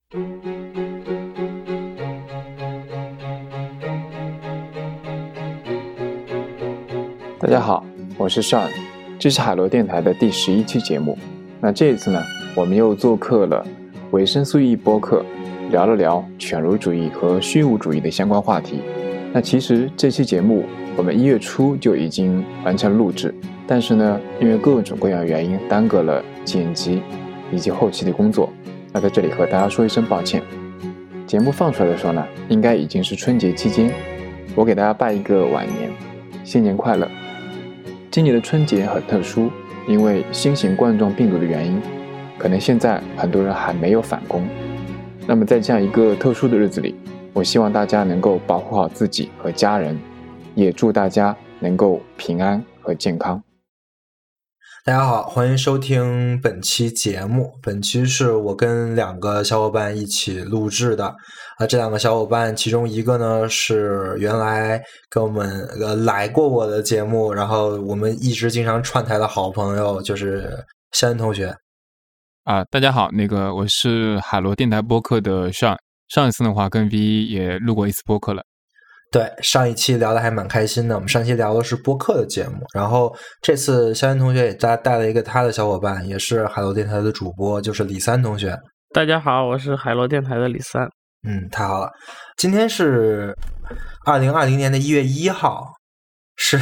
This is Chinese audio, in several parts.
大家好，我是 Sean， 这是海螺电台的第11期节目。那这一次呢，我们又做客了维生素 E 播客，聊了聊犬儒主义和虚无主义的相关话题。那其实这期节目我们1月初就已经完成了录制，但是呢，因为各种各样的原因耽搁了剪辑以及后期的工作。那在这里和大家说一声抱歉。节目放出来的时候呢，应该已经是春节期间，我给大家拜一个晚年，新年快乐。今年的春节很特殊，因为新型冠状病毒的原因，可能现在很多人还没有返工。那么在这样一个特殊的日子里，我希望大家能够保护好自己和家人，也祝大家能够平安和健康。 大家好，欢迎收听本期节目。本期是我跟2个小伙伴一起录制的。这2个小伙伴，其中一个呢是原来跟我们来过我的节目，然后我们一直经常串台的好朋友，就是肖恩同学。 大家好，我是海螺电台播客的 Sean。上一次的话跟 V 也录过一次播客了。 对，上一期聊的还蛮开心的，我们上期聊的是播客的节目，然后这次肖恩同学也带了一个他的小伙伴，也是海螺电台的主播，就是李三同学。 大家好，我是海螺电台的李三。 太好了，今天是2020年的1月1号，是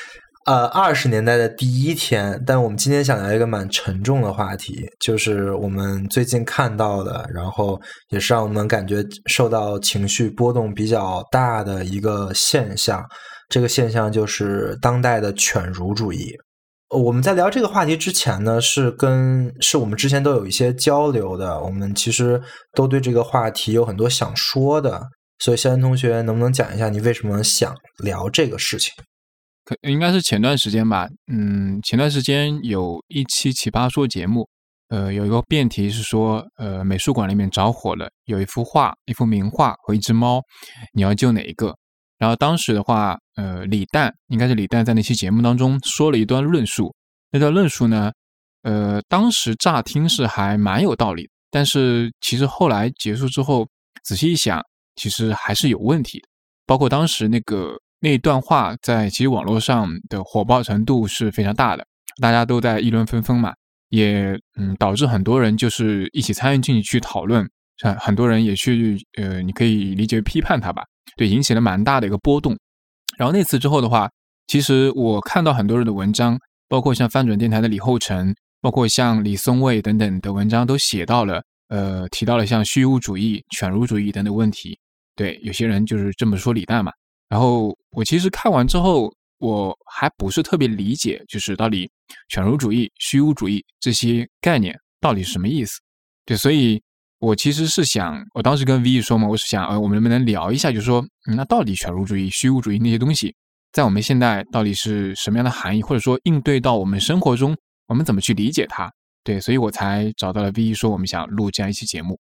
20年代的第一天，但我们今天想聊一个蛮沉重的话题，就是我们最近看到的，然后也是让我们感觉受到情绪波动比较大的一个现象。这个现象就是当代的犬儒主义。我们在聊这个话题之前呢，是我们之前都有一些交流的，我们其实都对这个话题有很多想说的，所以肖恩同学能不能讲一下你为什么想聊这个事情？ 应该是前段时间吧，前段时间有一期奇葩说节目，有一个辩题是说，美术馆里面着火了，有一幅画、一幅名画和一只猫，你要救哪一个？然后当时的话，应该是李诞在那期节目当中说了一段论述，那段论述呢，当时乍听是还蛮有道理的，但是其实后来结束之后，仔细一想，其实还是有问题的，包括当时那一段话在其实网络上的火爆程度是非常大的，大家都在议论纷纷嘛，也导致很多人就是一起参与进去讨论，很多人也去你可以理解为批判他吧，对，引起了蛮大的一个波动。然后那次之后的话，其实我看到很多人的文章，包括像翻转电台的李厚成，包括像李松蔚等等的文章都写到了提到了像虚无主义、犬儒主义等等问题。对，有些人就是这么说李诞嘛。然后我其实看完之后，我还不是特别理解，就是到底犬儒主义、虚无主义这些概念到底是什么意思。对，所以我其实是想，我当时跟 V 说嘛，我是想我们能不能聊一下，就是说那到底犬儒主义、虚无主义那些东西在我们现在到底是什么样的含义，或者说应对到我们生活中我们怎么去理解它。对，所以我才找到了 V 说我们想录这样一期节目。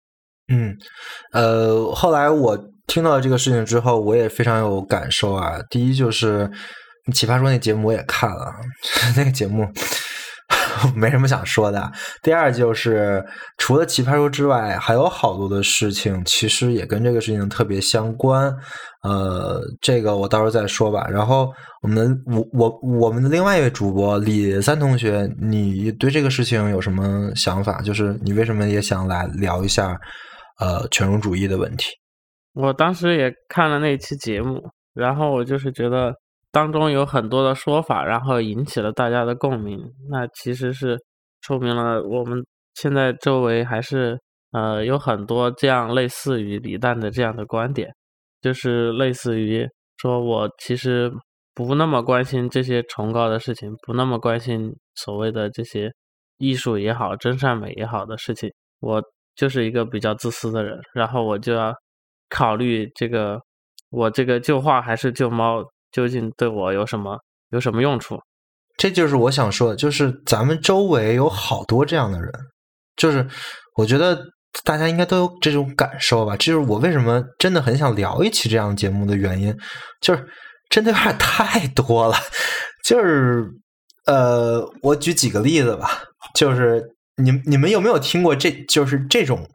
后来我听到这个事情之后，我也非常有感受啊。第一就是奇葩说那节目我也看了，那个节目没什么想说的。第二就是除了奇葩说之外，还有好多的事情其实也跟这个事情特别相关。这个我到时候再说吧。然后我们的另外一位主播李三同学，你对这个事情有什么想法？就是你为什么也想来聊一下犬儒主义的问题？ 我当时也看了那期节目，然后我就是觉得当中有很多的说法，然后引起了大家的共鸣，那其实是说明了我们现在周围还是有很多这样类似于李诞的这样的观点，就是类似于说我其实不那么关心这些崇高的事情，不那么关心所谓的这些艺术也好、真善美也好的事情，我就是一个比较自私的人，然后我就要考虑我这个救画还是救猫究竟对我有什么用处。 这就是我想说的，就是咱们周围有好多这样的人，就是我觉得大家应该都有这种感受吧。这就是我为什么真的很想聊一期这样的节目的原因，就是真的有点太多了。就是我举几个例子吧，就是你们有没有听过就是这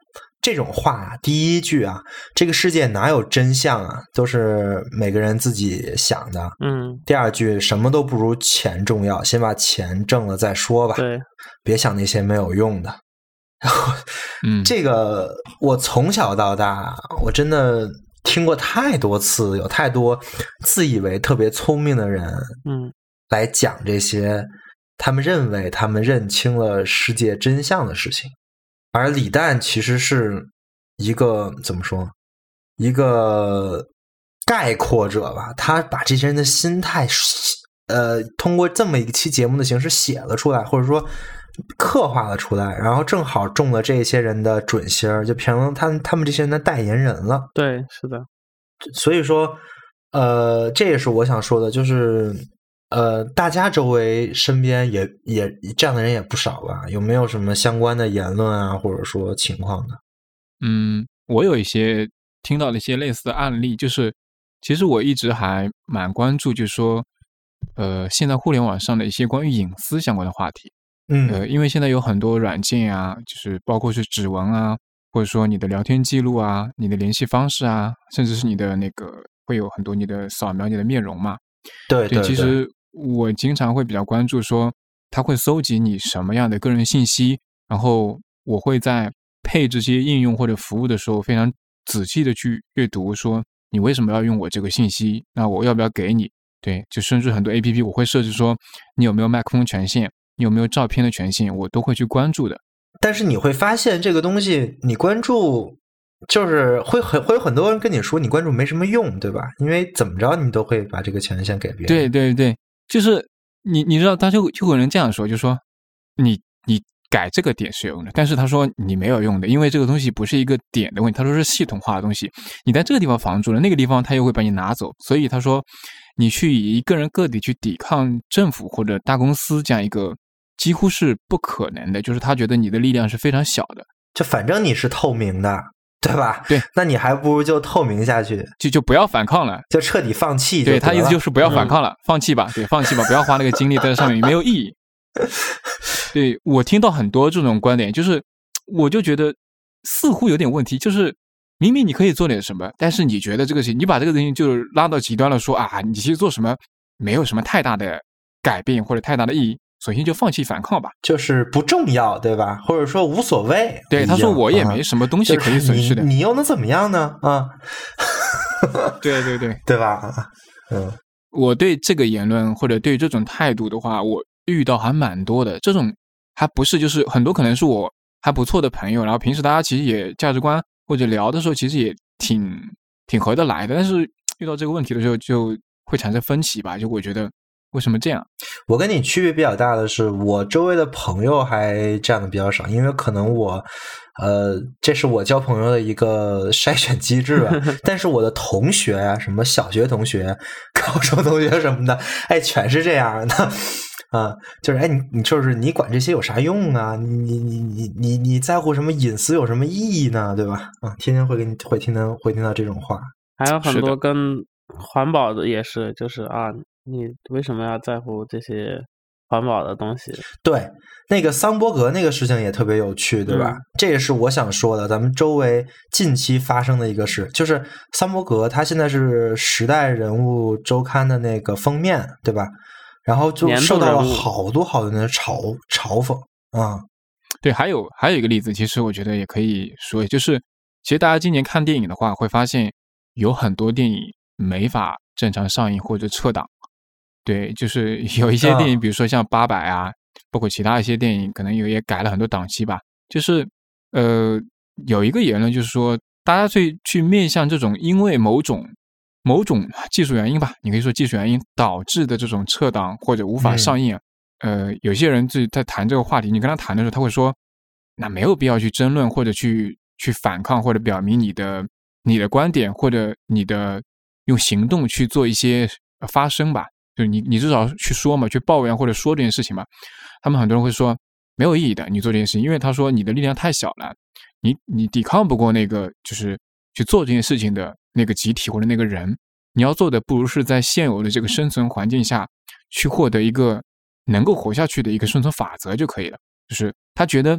这种话，第一句啊，这个世界哪有真相啊，都是每个人自己想的。第二句，什么都不如钱重要，先把钱挣了再说吧。 对， 别想那些没有用的。然后，这个我从小到大，我真的听过太多次，有太多自以为特别聪明的人，来讲这些他们认为他们认清了世界真相的事情。而李诞其实是一个怎么说，一个概括者吧，他把这些人的心态通过这么一期节目的形式写了出来，或者说刻画了出来，然后正好中了这些人的准心儿，就成了他们这些人的代言人了。 对，是的。 所以说这也是我想说的，就是大家周围身边也这样的人也不少吧？有没有什么相关的言论啊，或者说情况呢？ 我有一些听到了一些类似的案例，就是其实我一直还蛮关注，就是说现在互联网上的一些关于隐私相关的话题。因为现在有很多软件啊，就是包括是指纹啊，或者说你的聊天记录啊，你的联系方式啊，甚至是你的那个会有很多你的扫描你的面容嘛。 对， 其实我经常会比较关注说它会搜集你什么样的个人信息，然后我会在配这些应用或者服务的时候非常仔细的去阅读说你为什么要用我这个信息，那我要不要给你。对，就甚至很多 APP 我会设置说你有没有麦克风权限，你有没有照片的权限，我都会去关注的。 但是你会发现这个东西你关注就是会有很多人跟你说你关注没什么用，对吧？因为怎么着你都会把这个权限给别人。 对，就是你知道他就有人这样说，就说你改这个点是有用的，但是他说你没有用的，因为这个东西不是一个点的问题，他说是系统化的东西，你在这个地方防住了，那个地方他又会把你拿走，所以他说你去以一个人个体去抵抗政府或者大公司这样一个几乎是不可能的，就是他觉得你的力量是非常小的， 就反正你是透明的，对吧？ 对， 那你还不如就透明下去， 就不要反抗了， 就彻底放弃。 对，他意思就是不要反抗了，放弃吧，对，放弃吧，不要花那个精力在这上面，没有意义。对，我听到很多这种观点，就是我就觉得似乎有点问题，就是明明你可以做点什么，但是你觉得这个事情，你把这个东西就拉到极端了，说啊，你其实做什么没有什么太大的改变或者太大的意义，索性就放弃反抗吧， 就是不重要，对吧？或者说无所谓。 对，他说我也没什么东西可以损失的， 你又能怎么样呢？啊， 对， 对吧？ 我对这个言论或者对这种态度的话，我遇到还蛮多的，这种还不是就是很多可能是我还不错的朋友，然后平时大家其实也价值观或者聊的时候其实也挺合得来的，但是遇到这个问题的时候就会产生分歧吧，就我觉得为什么这样？ 我跟你区别比较大的是，我周围的朋友还这样的比较少，因为可能我这是我交朋友的一个筛选机制吧。但是我的同学啊，什么小学同学、高中同学什么的，哎，全是这样的。就是哎，你就是你管这些有啥用啊？你在乎什么隐私有什么意义呢？对吧？天天会听到这种话。 还有很多跟环保的也是，就是啊，你为什么要在乎这些环保的东西？对， 那个桑伯格那个事情也特别有趣，对吧？这也是我想说的，咱们周围近期发生的一个事，就是桑伯格他现在是《时代人物周刊》的那个封面，对吧？然后就受到了好多人的嘲讽啊。 对，还有一个例子，其实我觉得也可以说，就是其实大家今年看电影的话，会发现有很多电影没法正常上映或者撤档。对，就是有一些电影，比如说像800啊，包括其他一些电影，可能也改了很多档期吧。就是有一个言论就是说，大家去面向这种因为某种技术原因吧，你可以说技术原因导致的这种撤档或者无法上映。有些人在谈这个话题，你跟他谈的时候，他会说，那没有必要去争论或者去反抗或者表明你的观点，或者你的用行动去做一些发声吧。就是你至少去说嘛，去抱怨或者说这件事情嘛。他们很多人会说没有意义的，你做这件事情，因为他说你的力量太小了，你抵抗不过那个就是去做这件事情的那个集体或者那个人。你要做的不如是在现有的这个生存环境下去获得一个能够活下去的一个生存法则就可以了。就是他觉得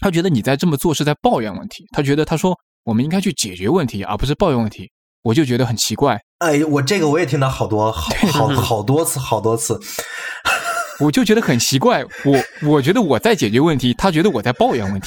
他觉得你在这么做是在抱怨问题，他说我们应该去解决问题，而不是抱怨问题。我就觉得很奇怪。 哎，我也听到好多次。 我就觉得很奇怪，我觉得我在解决问题，他觉得我在抱怨问题。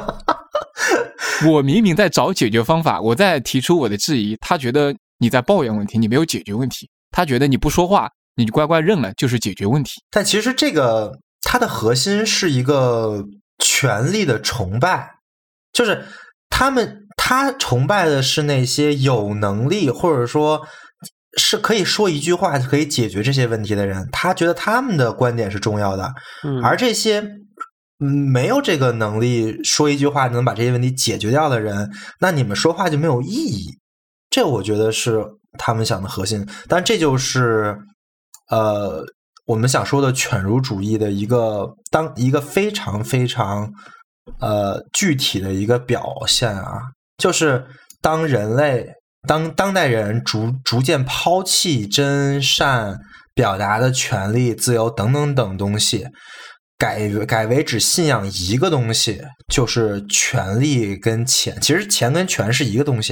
我明明在找解决方法，我在提出我的质疑，他觉得你在抱怨问题，你没有解决问题。他觉得你不说话，你就乖乖认了，就是解决问题。 但其实这个它的核心是一个权力的崇拜，就是他崇拜的是那些有能力或者说是可以说一句话可以解决这些问题的人，他觉得他们的观点是重要的。而这些没有这个能力说一句话能把这些问题解决掉的人，那你们说话就没有意义。这我觉得是他们想的核心。但这就是我们想说的犬儒主义的一个非常非常具体的一个表现啊，就是当代人逐渐抛弃真善表达的权利、自由等等等东西，改为只信仰一个东西，就是权力跟钱。其实钱跟权是一个东西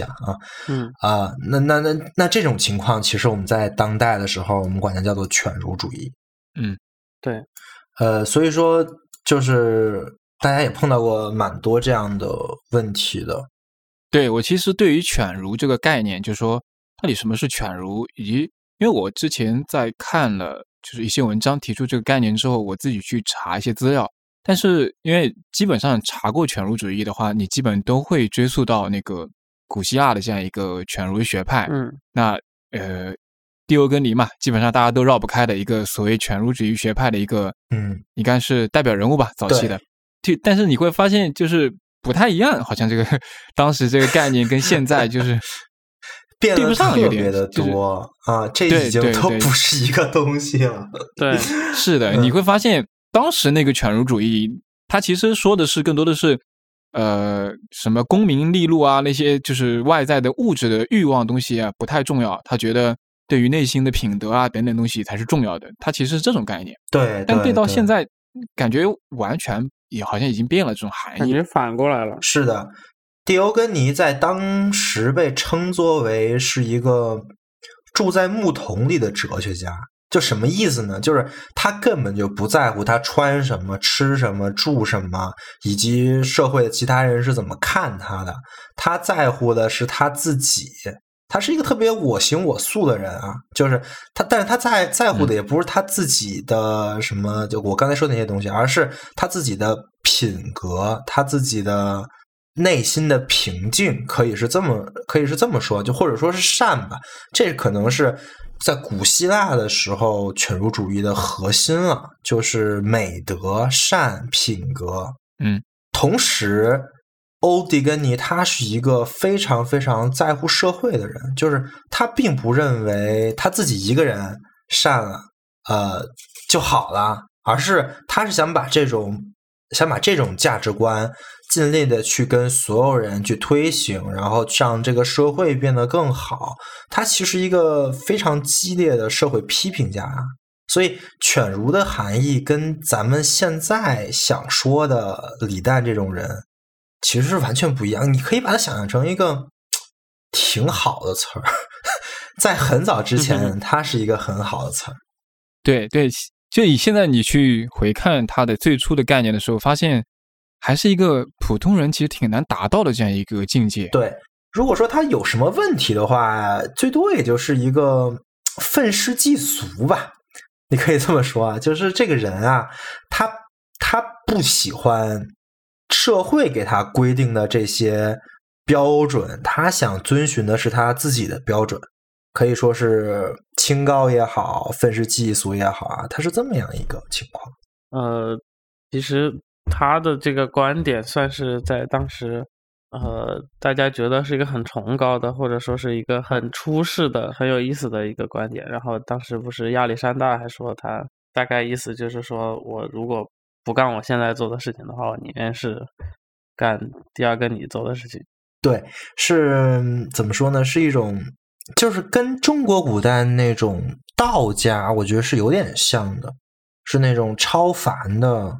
那这种情况，其实我们在当代的时候，我们管它叫做犬儒主义。 对。 所以说就是大家也碰到过蛮多这样的问题的。 对，我其实对于犬儒这个概念，就是说到底什么是犬儒，以及因为我之前在看了就是一些文章提出这个概念之后，我自己去查一些资料，但是因为基本上查过犬儒主义的话，你基本都会追溯到那个古希腊的这样一个犬儒学派。那狄欧根尼嘛，基本上大家都绕不开的一个所谓犬儒主义学派的一个应该是代表人物吧，早期的。但是你会发现就是不太一样，好像这个当时这个概念跟现在就是变得特别的多啊，这已经都不是一个东西了。 对， 是的，你会发现当时那个犬儒主义，它其实说的是更多的是什么功名利禄啊，那些就是外在的物质的欲望东西啊不太重要，他觉得对于内心的品德啊等等东西才是重要的，他其实是这种概念。 对， 但对到现在感觉完全也好像已经变了这种含义， 感觉反过来了。 是的，狄欧根尼在当时被称作为是一个住在木桶里的哲学家。就什么意思呢？就是他根本就不在乎他穿什么、吃什么、住什么，以及社会的其他人是怎么看他的。他在乎的是他自己。他是一个特别我行我素的人啊，就是他，但是他在乎的也不是他自己的什么，就我刚才说的那些东西，而是他自己的品格，他自己的内心的平静，可以是这么说，就或者说是善吧。这可能是在古希腊的时候犬儒主义的核心了，就是美德、善、品格。同时欧狄根尼他是一个非常非常在乎社会的人，就是他并不认为他自己一个人善了就好了，而是他是想把这种价值观尽力的去跟所有人去推行，然后让这个社会变得更好。他其实一个非常激烈的社会批评家，所以犬儒的含义跟咱们现在想说的李诞这种人其实是完全不一样。你可以把它想象成一个挺好的词儿，在很早之前它是一个很好的词儿。 对对，就以现在你去回看它的最初的概念的时候，发现还是一个普通人其实挺难达到的这样一个境界。 对，如果说他有什么问题的话，最多也就是一个愤世嫉俗吧，你可以这么说啊，就是这个人啊，他不喜欢社会给他规定的这些标准，他想遵循的是他自己的标准，可以说是清高也好，愤世嫉俗也好啊，他是这么样一个情况。 其实他的这个观点算是在当时大家觉得是一个很崇高的，或者说是一个很出世的、很有意思的一个观点。然后当时不是亚历山大还说他大概意思就是说，我如果不干我现在做的事情的话，我宁愿是干狄欧根尼做的事情。 对，是怎么说呢？是一种就是跟中国古代那种道家我觉得是有点像的，是那种超凡的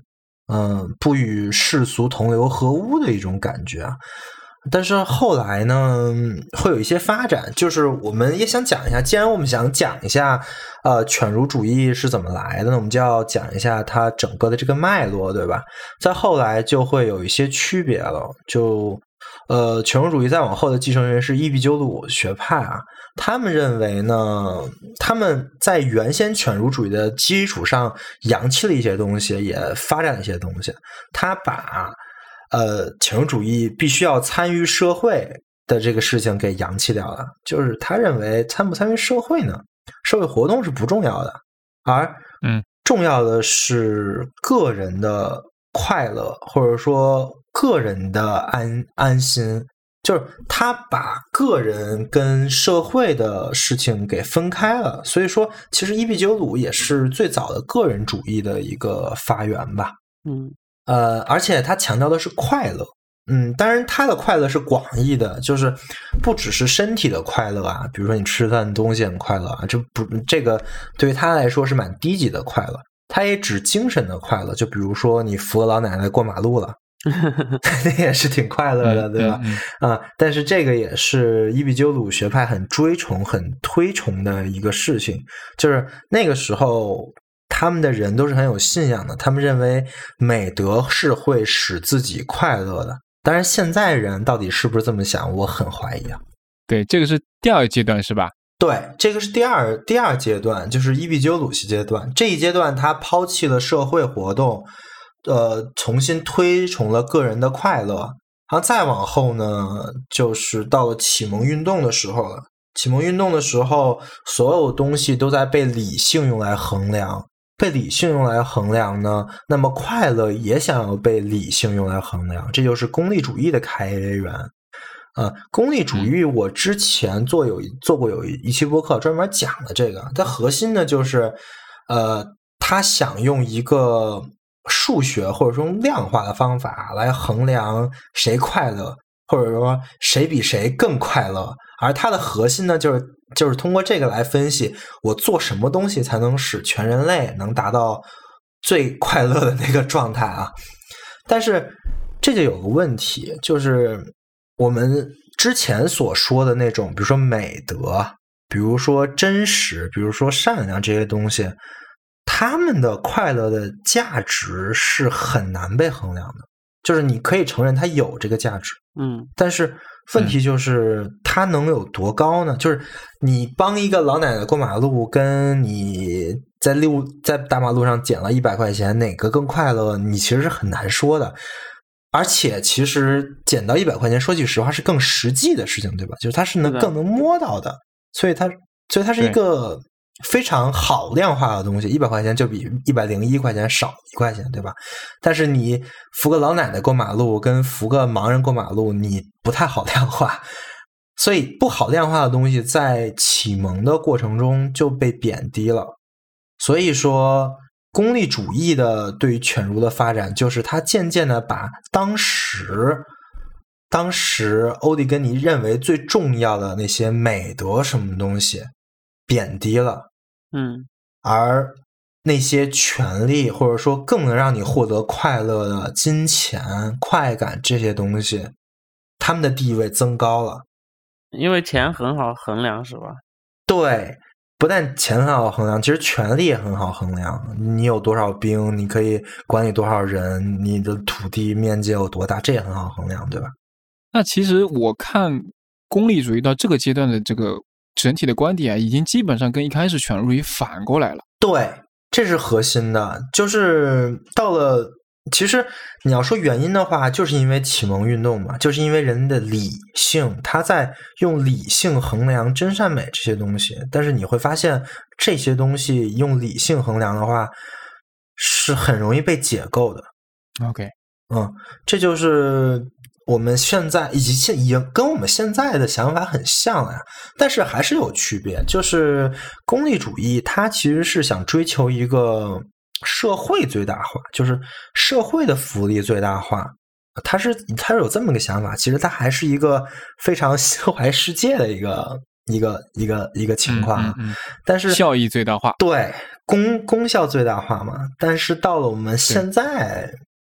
不与世俗同流合污的一种感觉啊。但是后来呢，会有一些发展，就是我们也想讲一下，既然我们想讲一下犬儒主义是怎么来的呢，我们就要讲一下它整个的这个脉络，对吧？再后来就会有一些区别了，就犬儒主义再往后的继承人是伊壁鸠鲁学派啊，他们认为呢，他们在原先犬儒主义的基础上扬弃了一些东西，也发展了一些东西。他把犬儒主义必须要参与社会的这个事情给扬弃掉了，就是他认为参不参与社会呢，社会活动是不重要的，而重要的是个人的快乐，或者说个人的安心，就是他把个人跟社会的事情给分开了。所以说其实伊壁鸠鲁也是最早的个人主义的一个发源吧。而且他强调的是快乐。当然他的快乐是广义的，就是不只是身体的快乐啊，比如说你吃饭东西很快乐啊，这个对于他来说是蛮低级的快乐。他也指精神的快乐，就比如说你扶个老奶奶过马路了那也是挺快乐的，对吧？但是这个也是伊壁鸠鲁学派很追崇很推崇的一个事情，就是那个时候他们的人都是很有信仰的，他们认为美德是会使自己快乐的。当然现在人到底是不是这么想，我很怀疑啊。 对，这个是第二个阶段是吧？ 对，这个是第二阶段，就是伊壁鸠鲁系阶段。这一阶段他抛弃了社会活动，重新推崇了个人的快乐。然后再往后呢，就是到了启蒙运动的时候了。启蒙运动的时候，所有东西都在被理性用来衡量，被理性用来衡量呢，那么快乐也想要被理性用来衡量，这就是功利主义的开源。功利主义我之前做过有一期播客专门讲的这个，它核心呢就是他想用一个数学或者说量化的方法来衡量谁快乐，或者说谁比谁更快乐，而它的核心呢就是通过这个来分析我做什么东西才能使全人类能达到最快乐的那个状态啊。但是这就有个问题，就是我们之前所说的那种比如说美德，比如说真实，比如说善良这些东西，他们的快乐的价值是很难被衡量的，就是你可以承认它有这个价值，但是问题就是它能有多高呢？就是你帮一个老奶奶过马路，跟你在大马路上捡了100块钱，哪个更快乐？你其实是很难说的。而且其实捡到100块钱，说句实话是更实际的事情，对吧？就是它是更能摸到的，所以它是一个非常好量化的东西。100块钱就比101块钱少1块钱，对吧？但是你扶个老奶奶过马路跟扶个盲人过马路，你不太好量化，所以不好量化的东西在启蒙的过程中就被贬低了。所以说功利主义的对于犬儒的发展，就是他渐渐的把当时欧狄根尼认为最重要的那些美德什么东西贬低了，而那些权利或者说更能让你获得快乐的金钱、快感这些东西，他们的地位增高了。 因为钱很好衡量，是吧？ 对，不但钱很好衡量，其实权力也很好衡量。你有多少兵，你可以管理多少人，你的土地面积有多大，这也很好衡量，对吧？ 那其实我看功利主义到这个阶段的这个整体的观点啊，已经基本上跟一开始犬儒主义反过来了。 对，这是核心的，就是到了。其实你要说原因的话，就是因为启蒙运动嘛，就是因为人的理性，他在用理性衡量真善美这些东西。但是你会发现这些东西用理性衡量的话是很容易被解构的。 OK， 这就是我们现在已经跟我们现在的想法很像了呀，但是还是有区别。就是功利主义它其实是想追求一个社会最大化，就是社会的福利最大化，他是有这么个想法。其实他还是一个非常心怀世界的一个情况，但是效益最大化， 对，功效最大化嘛。但是到了我们现在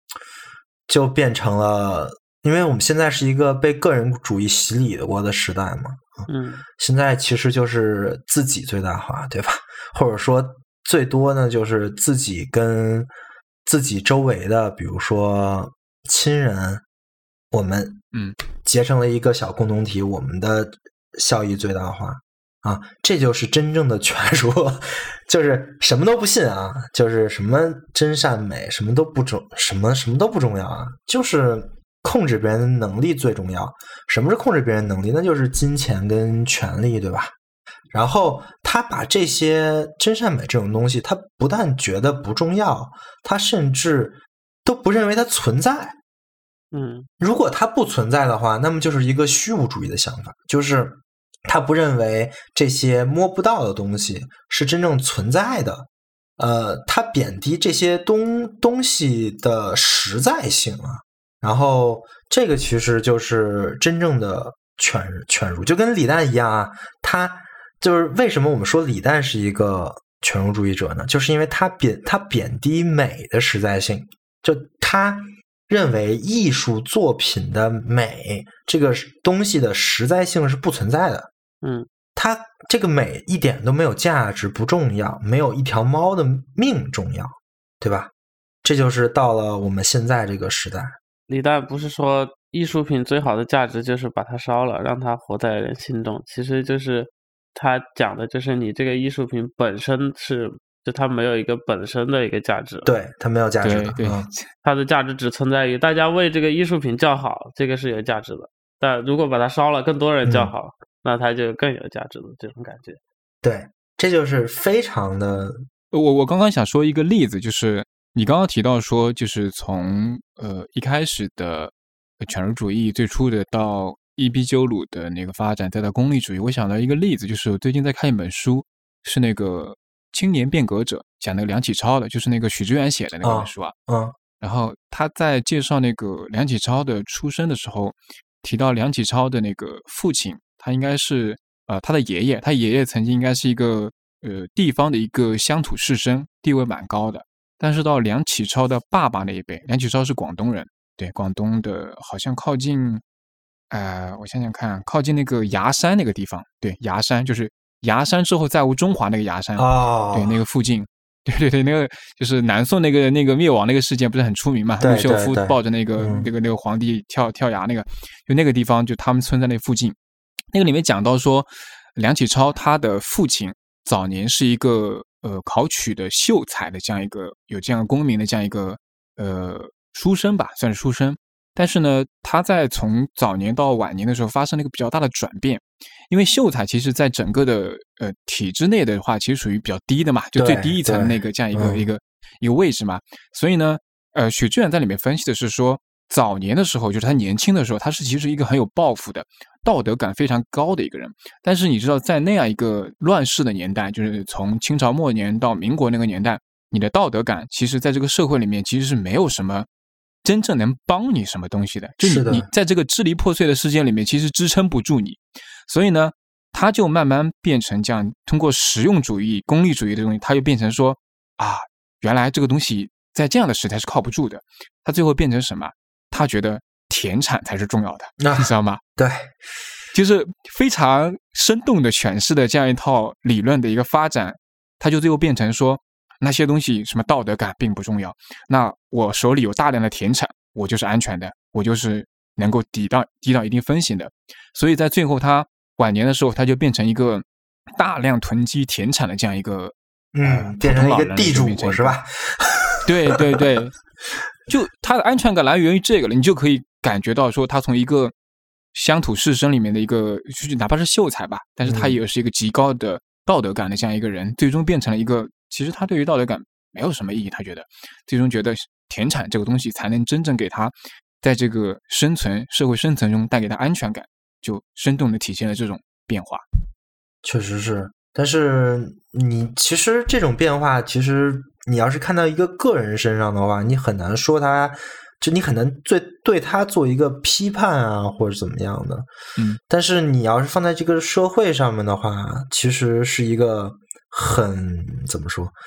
就变成了，因为我们现在是一个被个人主义洗礼过的时代嘛，现在其实就是自己最大化，对吧？或者说最多呢，就是自己跟自己周围的，比如说亲人，我们结成了一个小共同体，我们的效益最大化啊，这就是真正的权术，就是什么都不信啊，就是什么真善美，什么都不重要啊，就是控制别人的能力最重要。什么是控制别人能力？那就是金钱跟权力，对吧？然后他把这些真善美这种东西，他不但觉得不重要，他甚至都不认为它存在。如果它不存在的话，那么就是一个虚无主义的想法，就是他不认为这些摸不到的东西是真正存在的。他贬低这些东西的实在性啊。然后这个其实就是真正的犬儒，就跟李诞一样啊。他就是为什么我们说李诞是一个犬儒主义者呢？就是因为他贬低美的实在性，就他认为艺术作品的美这个东西的实在性是不存在的。它这个美一点都没有价值，不重要，没有一条猫的命重要，对吧？这就是到了我们现在这个时代。 李诞不是说艺术品最好的价值就是把它烧了，让它活在人心中，其实就是他讲的就是你这个艺术品本身就它没有一个本身的一个价值， 对，它没有价值的， 对， 它的价值只存在于大家为这个艺术品叫好，这个是有价值的。但如果把它烧了，更多人叫好，那它就更有价值的这种感觉。 对，这就是非常的。 我刚刚想说一个例子，就是你刚刚提到说，就是从一开始的犬儒主义最初的到伊壁鸠鲁的那个发展，再到功利主义，我想到一个例子，就是我最近在看一本书，是那个青年变革者，讲那个梁启超的，就是那个许知远写的那本书啊。然后他在介绍那个梁启超的出身的时候，提到梁启超的那个父亲，他应该是他的爷爷，他爷爷曾经应该是一个地方的一个乡土士绅，地位蛮高的。但是到梁启超的爸爸那一辈，梁启超是广东人，对，广东的好像靠近我想想看，靠近那个崖山那个地方，对，崖山就是崖山之后再无中华那个崖山，对，那个附近，对，那个就是南宋那个灭亡那个事件不是很出名嘛？陆秀夫抱着那个皇帝跳崖那个，就那个地方，就他们村在那附近。那个里面讲到说，梁启超他的父亲早年是一个考取的秀才的这样一个有这样功名的这样一个书生吧，算是书生。但是呢，他在从早年到晚年的时候发生了一个比较大的转变，因为秀才其实在整个的体制内的话，其实属于比较低的嘛，就最低一层的那个这样一个位置嘛。所以呢，许知远在里面分析的是说，早年的时候，就是他年轻的时候，他是其实一个很有抱负的、道德感非常高的一个人。但是你知道，在那样一个乱世的年代，就是从清朝末年到民国那个年代，你的道德感其实在这个社会里面其实是没有什么真正能帮你什么东西的，就你在这个支离破碎的世界里面其实支撑不住你。所以呢，他就慢慢变成这样，通过实用主义、功利主义的东西，他就变成说啊，原来这个东西在这样的时代是靠不住的。他最后变成什么？他觉得田产才是重要的，你知道吗？ 对， 就是非常生动的诠释的这样一套理论的一个发展，他就最后变成说，那些东西什么道德感并不重要，那我手里有大量的田产，我就是安全的，我就是能够抵到一定风险的。所以在最后他晚年的时候，他就变成一个大量囤积田产的这样一个变成一个地主是吧？ 对，就他的安全感来源于这个了，你就可以感觉到说，他从一个乡土士绅里面的一个，哪怕是秀才吧，但是他也是一个极高的道德感的这样一个人，最终变成了一个，其实他对于道德感没有什么意义，他觉得最终觉得田产这个东西才能真正给他在这个社会生存中带给他安全感，就生动的体现了这种变化。 确实是，但是你其实这种变化，其实你要是看到一个个人身上的话，你很难说他，就你很难对他做一个批判啊，或者怎么样的。但是你要是放在这个社会上面的话，其实是一个很怎么说，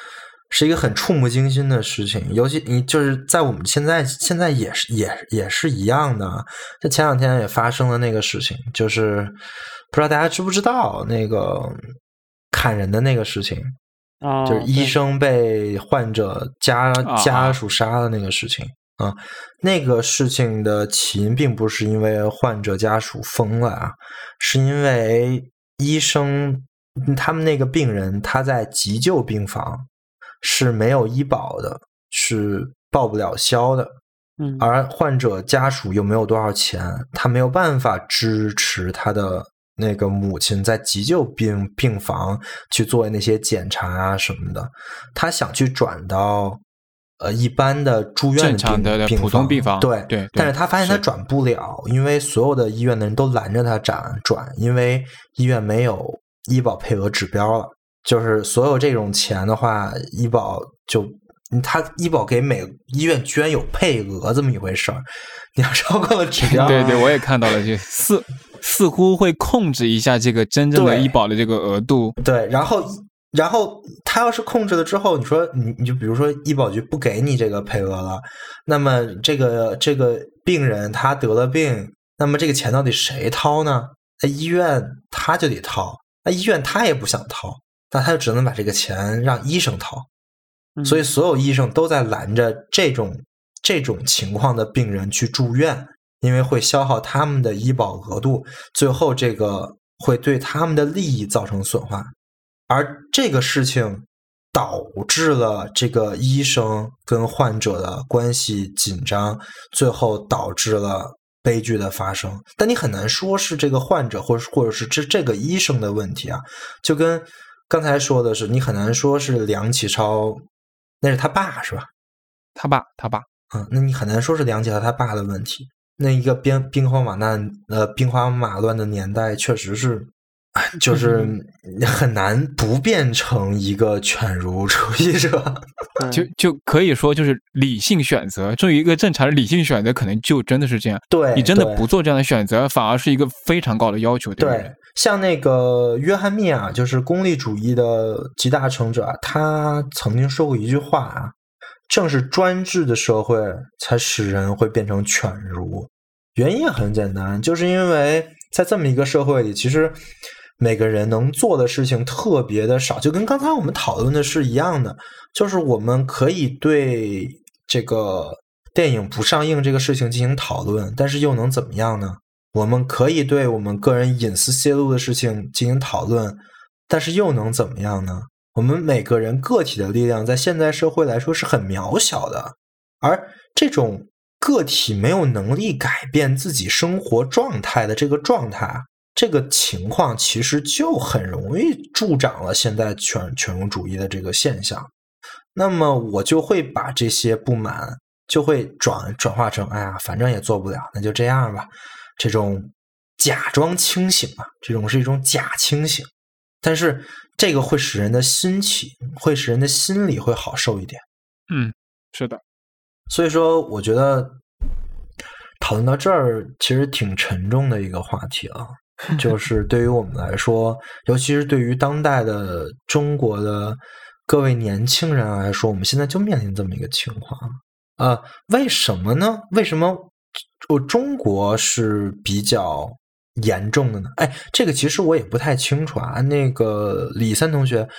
是一个很触目惊心的事情。尤其你就是在我们现在也是一样的。这前2天也发生了那个事情，就是不知道大家知不知道那个砍人的那个事情。就是医生被患者家属杀的那个事情啊，那个事情的起因并不是因为患者家属疯了啊，是因为医生他们那个病人他在急救病房是没有医保的，是报不了销的，而患者家属又没有多少钱，他没有办法支持他的那个母亲在急救病房去做那些检查啊什么的，他想去转到一般的住院正常的普通病房， 对，但是他发现他转不了，因为所有的医院的人都拦着他转，因为医院没有医保配额指标了，就是所有这种钱的话，医保他医保给每个医院居然有配额这么一回事儿，你要超过了指标， 对，我也看到了，似乎会控制一下这个真正的医保的这个额度。 对，然后他要是控制了之后，你说你就比如说医保局不给你这个配额了，那么这个病人他得了病，那么这个钱到底谁掏呢？那医院他就得掏，那医院他也不想掏，那他就只能把这个钱让医生掏。所以所有医生都在拦着这种情况的病人去住院，因为会消耗他们的医保额度，最后这个会对他们的利益造成损害。而这个事情导致了这个医生跟患者的关系紧张，最后导致了悲剧的发生。但你很难说是这个患者或者是这个医生的问题啊，就跟刚才说的是，你很难说是梁启超，那是他爸是吧？ 他爸， 那你很难说是梁启超他爸的问题。那一个兵荒马乱的年代，确实是，就是很难不变成一个犬儒主义者。 就可以说，就是理性选择，作为一个正常的理性选择，可能就真的是这样。 对， 你真的不做这样的选择，反而是一个非常高的要求。 对，像那个约翰密啊，就是功利主义的集大成者，他曾经说过一句话啊。正是专制的社会才使人会变成犬儒，原因也很简单，就是因为在这么一个社会里，其实每个人能做的事情特别的少，就跟刚才我们讨论的是一样的，就是我们可以对这个电影不上映这个事情进行讨论，但是又能怎么样呢？我们可以对我们个人隐私泄露的事情进行讨论，但是又能怎么样呢？我们每个人个体的力量在现代社会来说是很渺小的，而这种个体没有能力改变自己生活状态的这个状态，这个情况其实就很容易助长了现在犬儒主义的这个现象。那么我就会把这些不满就会转化成，哎呀，反正也做不了，那就这样吧。这种假装清醒啊，这种是一种假清醒。但是这个会使人的心情，会使人的心理会好受一点。 是的。 所以说我觉得讨论到这儿其实挺沉重的一个话题啊，就是对于我们来说，尤其是对于当代的中国的各位年轻人来说，我们现在就面临这么一个情况。为什么呢？为什么中国是比较严重的呢？这个其实我也不太清楚啊。那个李三同学，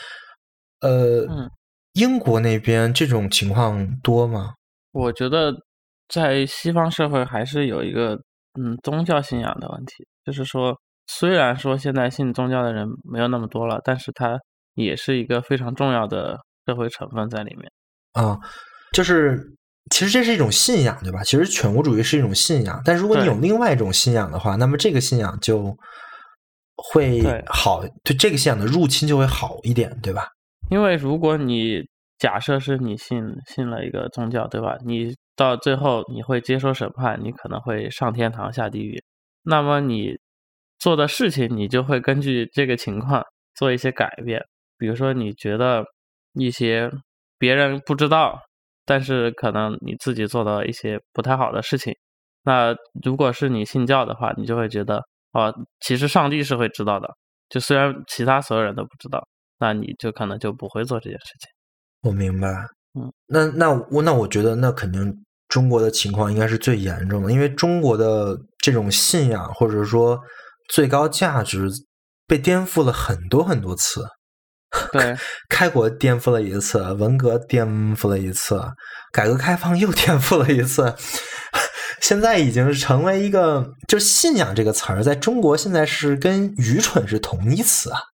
英国那边这种情况多吗？ 我觉得在西方社会还是有一个宗教信仰的问题，就是说，虽然说现在信宗教的人没有那么多了，但是它也是一个非常重要的社会成分在里面。 就是其实这是一种信仰，对吧？其实犬儒主义是一种信仰，但如果你有另外一种信仰的话，那么这个信仰就会好，对这个信仰的入侵就会好一点，对吧？ 因为如果你假设是你信了一个宗教，对吧？你到最后你会接受审判，你可能会上天堂下地狱，那么你做的事情你就会根据这个情况做一些改变。比如说你觉得一些别人不知道，但是可能你自己做到一些不太好的事情，那如果是你信教的话，你就会觉得其实上帝是会知道的，就虽然其他所有人都不知道，那你就可能就不会做这件事情。 我明白。那我觉得那肯定中国的情况应该是最严重的，因为中国的这种信仰或者说最高价值被颠覆了很多很多次。 对， 开国颠覆了一次，文革颠覆了一次，改革开放又颠覆了一次，现在已经成为一个，就信仰这个词儿在中国现在是跟愚蠢是同义词啊。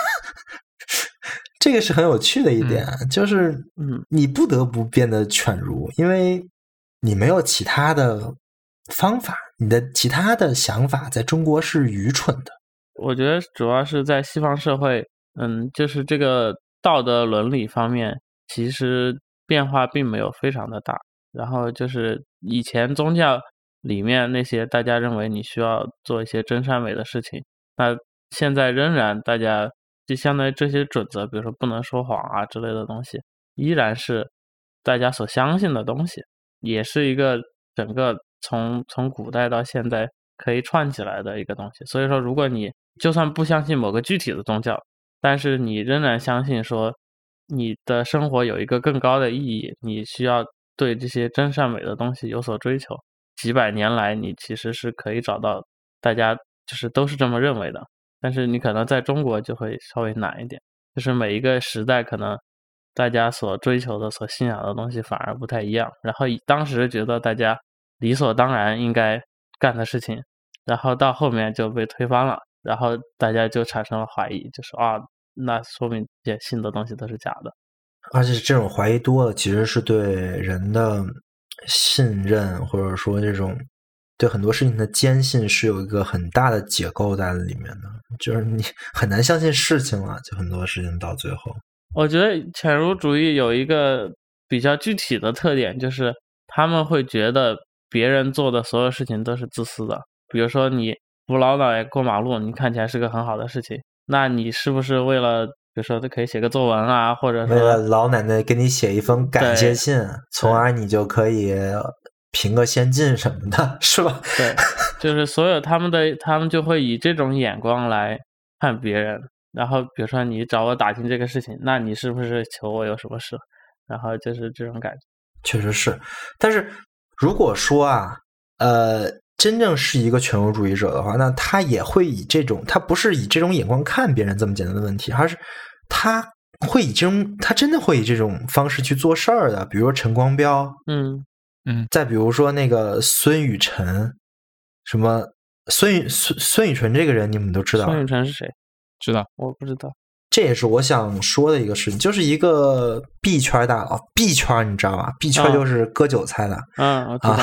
这个是很有趣的一点，就是你不得不变得犬儒，因为你没有其他的方法，你的其他的想法在中国是愚蠢的。 我觉得主要是在西方社会，就是这个道德伦理方面，其实变化并没有非常的大。然后就是以前宗教里面那些大家认为你需要做一些真善美的事情，那现在仍然大家就相当于这些准则，比如说不能说谎啊之类的东西，依然是大家所相信的东西，也是一个整个从古代到现在可以串起来的一个东西。所以说，如果你就算不相信某个具体的宗教，但是你仍然相信说你的生活有一个更高的意义，你需要对这些真善美的东西有所追求，几百年来你其实是可以找到大家就是都是这么认为的。但是你可能在中国就会稍微难一点，就是每一个时代可能大家所追求的所信仰的东西反而不太一样，然后当时觉得大家理所当然应该干的事情，然后到后面就被推翻了，然后大家就产生了怀疑，就说那说明这些信的东西都是假的。 而且这种怀疑多了，其实是对人的信任，或者说这种对很多事情的坚信是有一个很大的解构在里面的，就是你很难相信事情了，就很多事情到最后。 我觉得犬儒主义有一个比较具体的特点，就是他们会觉得别人做的所有事情都是自私的。比如说你扶老奶奶过马路，你看起来是个很好的事情，那你是不是为了比如说可以写个作文啊，或者说为了老奶奶给你写一封感谢信，从而你就可以评个先进什么的，是吧？ 对，就是所有他们就会以这种眼光来看别人，然后比如说你找我打听这个事情，那你是不是求我有什么事？然后就是这种感觉。 确实是，但是如果说真正是一个犬儒主义者的话，那他也会以这种，他不是以这种眼光看别人这么简单的问题，而是他真的会以这种方式去做事儿的。比如说陈光标，再比如说那个孙雨辰，什么孙雨辰这个人你们都知道。 孙雨辰是谁？ 知道？ 我不知道。 这也是我想说的一个事情，就是一个币圈大佬，币圈你知道吧？币圈就是割韭菜的。 我知道。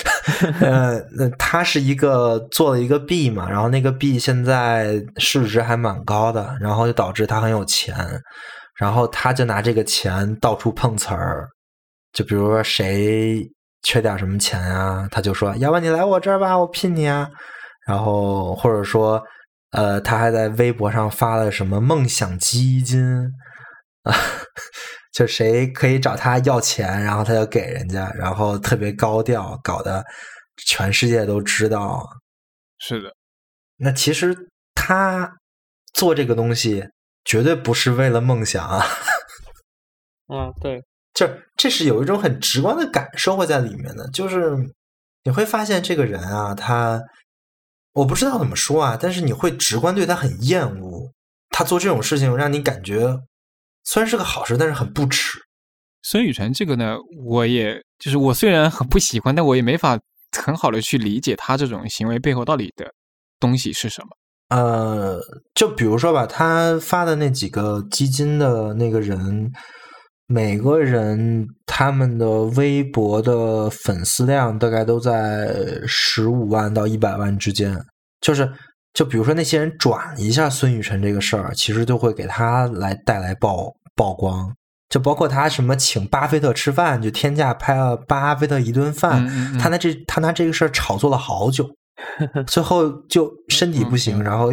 他是做了一个币嘛，然后那个币现在市值还蛮高的，然后就导致他很有钱，然后他就拿这个钱到处碰瓷儿，就比如说谁缺点什么钱啊，他就说要不然你来我这儿吧，我聘你啊，然后或者说他还在微博上发了什么梦想基金啊，就谁可以找他要钱，然后他就给人家，然后特别高调，搞得全世界都知道。 是的， 那其实他做这个东西绝对不是为了梦想啊。 对， 这是有一种很直观的感受会在里面的，就是你会发现这个人啊，我不知道怎么说啊，但是你会直观对他很厌恶，他做这种事情让你感觉虽然是个好事，但是很不耻。 孙雨辰这个呢，我虽然很不喜欢，但我也没法很好的去理解他这种行为背后到底的东西是什么。 就比如说吧，他发的那几个基金的那个人，每个人他们的微博的粉丝量大概都在15万到100万之间，就比如说那些人转一下孙雨辰这个事儿，其实就会给他来带来曝光，就包括他什么请巴菲特吃饭，就天价拍了巴菲特一顿饭，他拿这个事儿炒作了好久，最后就身体不行，然后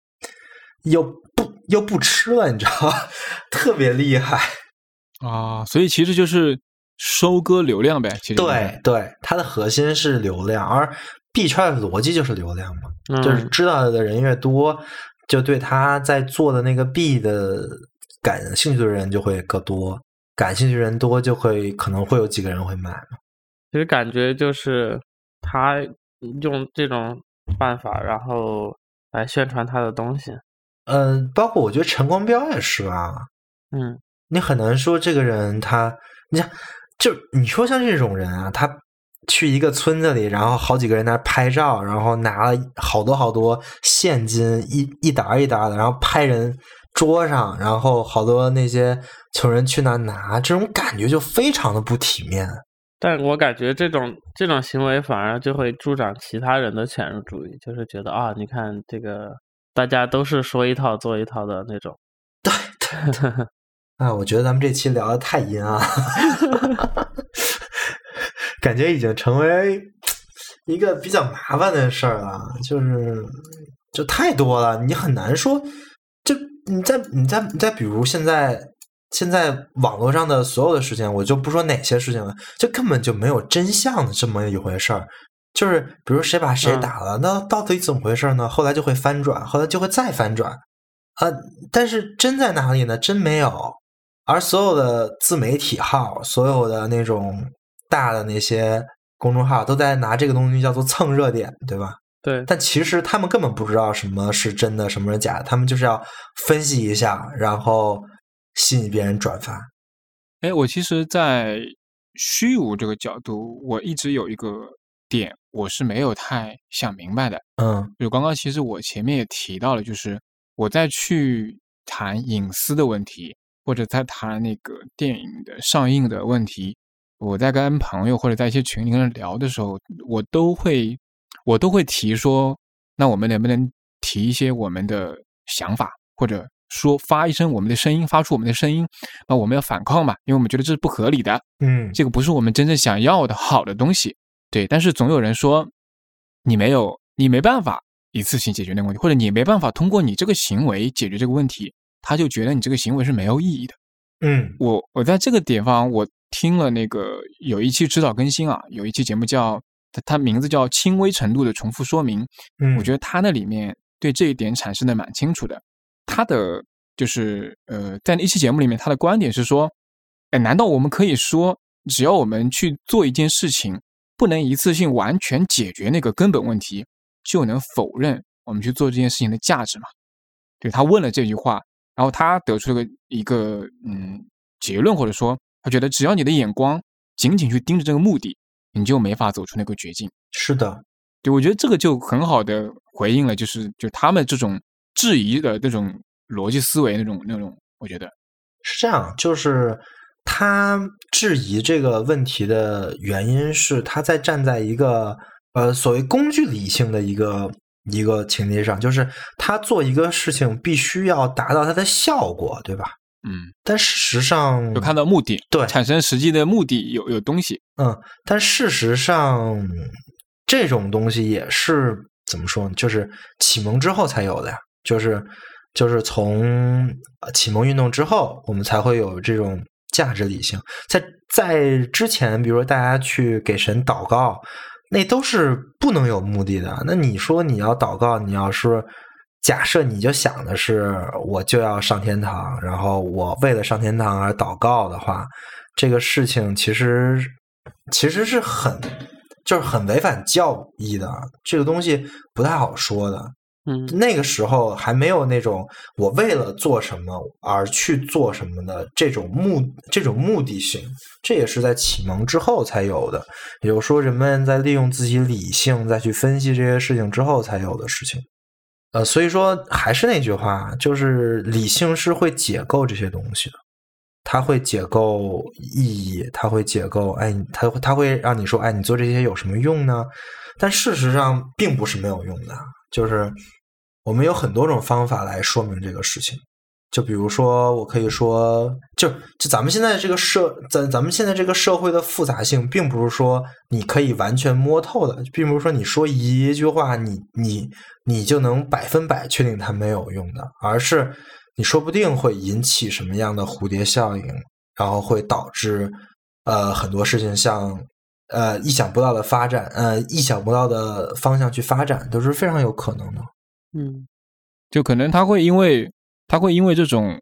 又不吃了，你知道吗？特别厉害啊！所以其实就是收割流量呗。其实对，它的核心是流量，而币圈的逻辑就是流量嘛，就是知道的人越多，就对他在做的那个币的感兴趣的人就会更多， 感兴趣人多，就可能会有几个人会买嘛。 其实感觉就是他用这种办法，然后来宣传他的东西。 包括我觉得陈光标也是啊。你很难说这个人你想，就你说像这种人啊，他去一个村子里，然后好几个人在那拍照，然后拿了好多现金，一沓一沓的，然后拍人桌上，然后好多那些穷人去那拿，这种感觉就非常的不体面。 但我感觉这种行为反而就会助长其他人的犬儒主义，就是觉得啊，你看这个大家都是说一套做一套的那种。 对。我觉得咱们这期聊得太阴啊，感觉已经成为一个比较麻烦的事儿了，就太多了，你很难说。就你再比如现在网络上的所有的事情，我就不说哪些事情了，就根本就没有真相的这么一回事儿。就是比如谁把谁打了，那到底怎么回事呢？后来就会翻转，后来就会再翻转，但是真在哪里呢？真没有。而所有的自媒体号，所有的那种大的那些公众号都在拿这个东西叫做蹭热点，对吧？ 对。 但其实他们根本不知道什么是真的，什么是假的，他们就是要分析一下，然后吸引别人转发。 我其实在虚无这个角度，我一直有一个点我是没有太想明白的。就刚刚其实我前面也提到了，就是我在去谈隐私的问题，或者在谈那个电影的上映的问题，我在跟朋友或者在一些群里跟人聊的时候，我都会提说，那我们能不能提一些我们的想法，或者说发一声我们的声音，发出我们的声音，那我们要反抗嘛，因为我们觉得这是不合理的，这个不是我们真正想要的好的东西。对，但是总有人说你没办法一次性解决那个问题，或者你没办法通过你这个行为解决这个问题，他就觉得你这个行为是没有意义的。我在这个地方我听了那个有一期指导更新啊，有一期节目叫它名字叫轻微程度的重复说明。我觉得他那里面对这一点阐释的蛮清楚的。他的就是在那一期节目里面，他的观点是说，难道我们可以说只要我们去做一件事情，不能一次性完全解决那个根本问题，就能否认我们去做这件事情的价值吗？对，他问了这句话，然后他得出了一个结论，或者说他觉得只要你的眼光仅仅去盯着这个目的，你就没法走出那个绝境。 是的。 对，我觉得这个就很好的回应了，就他们这种质疑的那种逻辑思维那种，我觉得是这样。就是他质疑这个问题的原因是他在站在一个所谓工具理性的一个情节上，就是他做一个事情必须要达到它的效果，对吧？但事实上有看到目的， 对， 产生实际的目的有东西。 但事实上这种东西也是怎么说呢？就是启蒙之后才有的呀。就是从启蒙运动之后，我们才会有这种价值理性。在之前，比如说大家去给神祷告，那都是不能有目的的。那你说你要祷告，你要是假设你就想的是我就要上天堂，然后我为了上天堂而祷告的话，这个事情其实是很违反教义的，这个东西不太好说的。那个时候还没有那种我为了做什么而去做什么的这种目的性，这也是在启蒙之后才有的。也就是说，人们在利用自己理性再去分析这些事情之后才有的事情。所以说还是那句话，就是理性是会解构这些东西的，它会解构意义，它会解构，它会让你说，你做这些有什么用呢？但事实上并不是没有用的。就是我们有很多种方法来说明这个事情，就比如说我可以说，就咱们现在这个咱们现在这个社会的复杂性，并不是说你可以完全摸透的，并不是说你说一句话你就能100%确定它没有用的，而是你说不定会引起什么样的蝴蝶效应，然后会导致很多事情像意想不到的发展，意想不到的方向去发展，都是非常有可能的。 就可能他会因为这种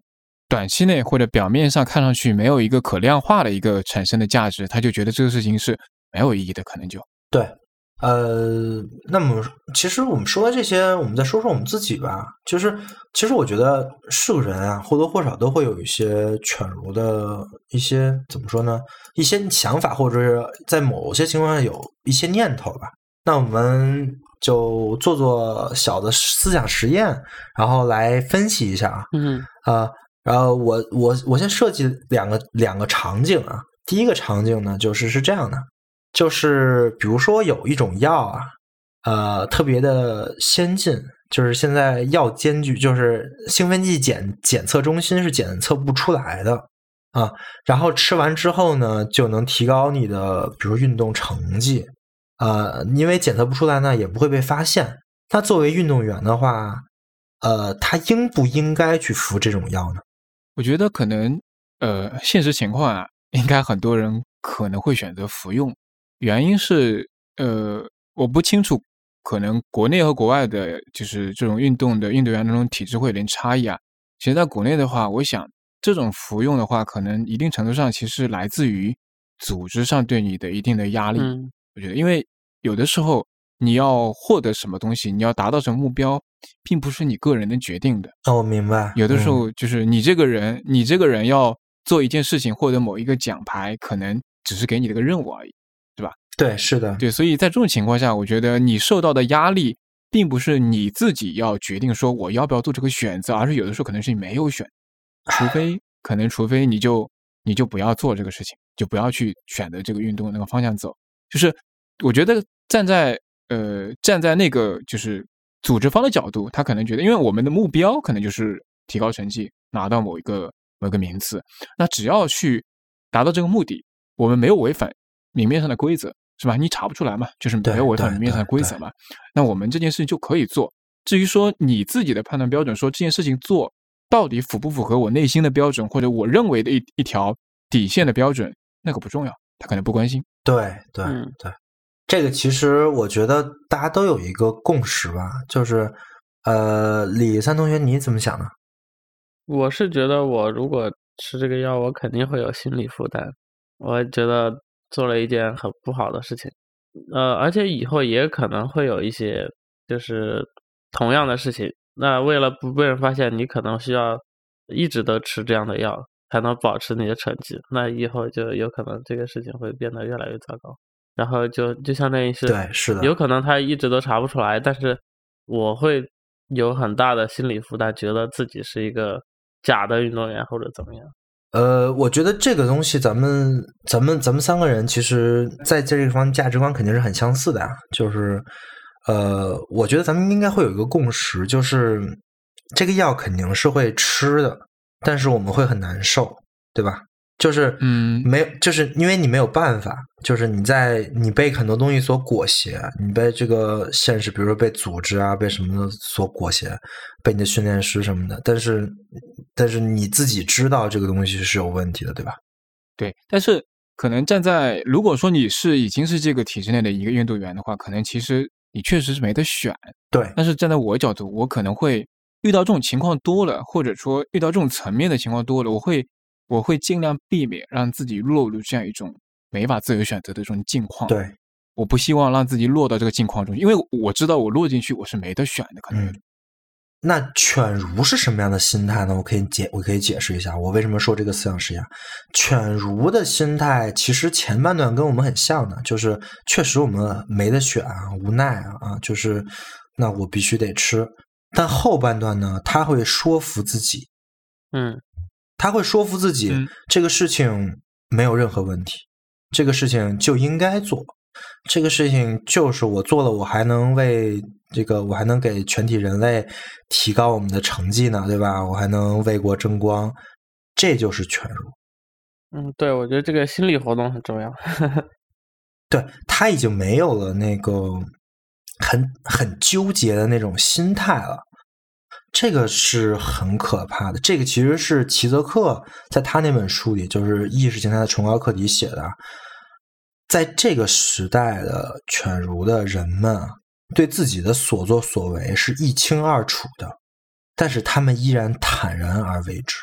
短期内或者表面上看上去没有一个可量化的一个产生的价值，他就觉得这个事情是没有意义的，可能就对。那么其实我们说的这些，我们再说说我们自己吧。就是其实我觉得是个人啊，或多或少都会有一些犬儒的一些怎么说呢？一些想法，或者是在某些情况下有一些念头吧。那我们就做做小的思想实验，然后来分析一下啊。然后我先设计两个场景啊。第一个场景呢，是这样的。就是比如说有一种药啊，特别的先进，就是现在药监局，就是兴奋剂检测中心是检测不出来的啊。然后吃完之后呢，就能提高你的比如运动成绩因为检测不出来呢，也不会被发现。那作为运动员的话，他应不应该去服这种药呢？ 我觉得可能现实情况啊，应该很多人可能会选择服用。原因是我不清楚，可能国内和国外的就是这种运动的运动员那种体质会有点差异啊。其实在国内的话，我想这种服用的话，可能一定程度上其实来自于组织上对你的一定的压力。我觉得因为有的时候你要获得什么东西，你要达到什么目标，并不是你个人能决定的。 我明白。 有的时候就是你这个人要做一件事情，获得某一个奖牌，可能只是给你的个任务而已。 对，是的， 对，所以在这种情况下，我觉得你受到的压力，并不是你自己要决定说我要不要做这个选择，而是有的时候可能是你没有选，除非你就不要做这个事情，就不要去选择这个运动那个方向走。就是我觉得站在那个就是组织方的角度，他可能觉得，因为我们的目标可能就是提高成绩，拿到某一个名次，那只要去达到这个目的，我们没有违反明面上的规则。是吧？你查不出来嘛，就是没有违反明面上的规则嘛。那我们这件事情就可以做。至于说你自己的判断标准，说这件事情做到底符不符合我内心的标准，或者我认为的一条底线的标准，那个不重要，他可能不关心。 对，这个其实我觉得大家都有一个共识吧，就是李三同学你怎么想呢？ 我是觉得我如果吃这个药，我肯定会有心理负担，我觉得做了一件很不好的事情，而且以后也可能会有一些就是同样的事情。那为了不被人发现，你可能需要一直都吃这样的药，才能保持你的成绩。那以后就有可能这个事情会变得越来越糟糕。然后就相当于是， 对，是的， 有可能他一直都查不出来，但是我会有很大的心理负担，觉得自己是一个假的运动员或者怎么样。 我觉得这个东西咱们三个人其实在这个方面价值观肯定是很相似的啊。就是我觉得咱们应该会有一个共识，就是这个药肯定是会吃的，但是我们会很难受，对吧？就是没有，就是因为你没有办法，就是你被很多东西所裹挟，你被这个现实，比如说被组织啊，被什么的所裹挟，被你的训练师什么的，但是你自己知道这个东西是有问题的，对吧？ 对，但是可能如果说你已经是这个体制内的一个运动员的话，可能其实你确实是没得选。 对， 但是站在我的角度，我可能会遇到这种情况多了，或者说遇到这种层面的情况多了，我会尽量避免让自己落入这样一种没法自由选择的这种境况。 对， 我不希望让自己落到这个境况中，因为我知道我落进去我是没得选的，可能。 那犬儒是什么样的心态呢？我可以解释一下，我为什么说这个思想实验。犬儒的心态其实前半段跟我们很像的，就是确实我们没得选啊，无奈啊，就是那我必须得吃。但后半段呢，他会说服自己，他会说服自己，这个事情没有任何问题，这个事情就应该做，这个事情就是我做了，我还能给全体人类提高我们的成绩呢，对吧？我还能为国争光，这就是犬儒。 对，我觉得这个心理活动很重要。 对，他已经没有了那个很纠结的那种心态了。这个是很可怕的，这个其实是齐泽克在他那本书里，就是意识形态的崇高课题写的。在这个时代的犬儒的人们对自己的所作所为是一清二楚的，但是他们依然坦然而为之。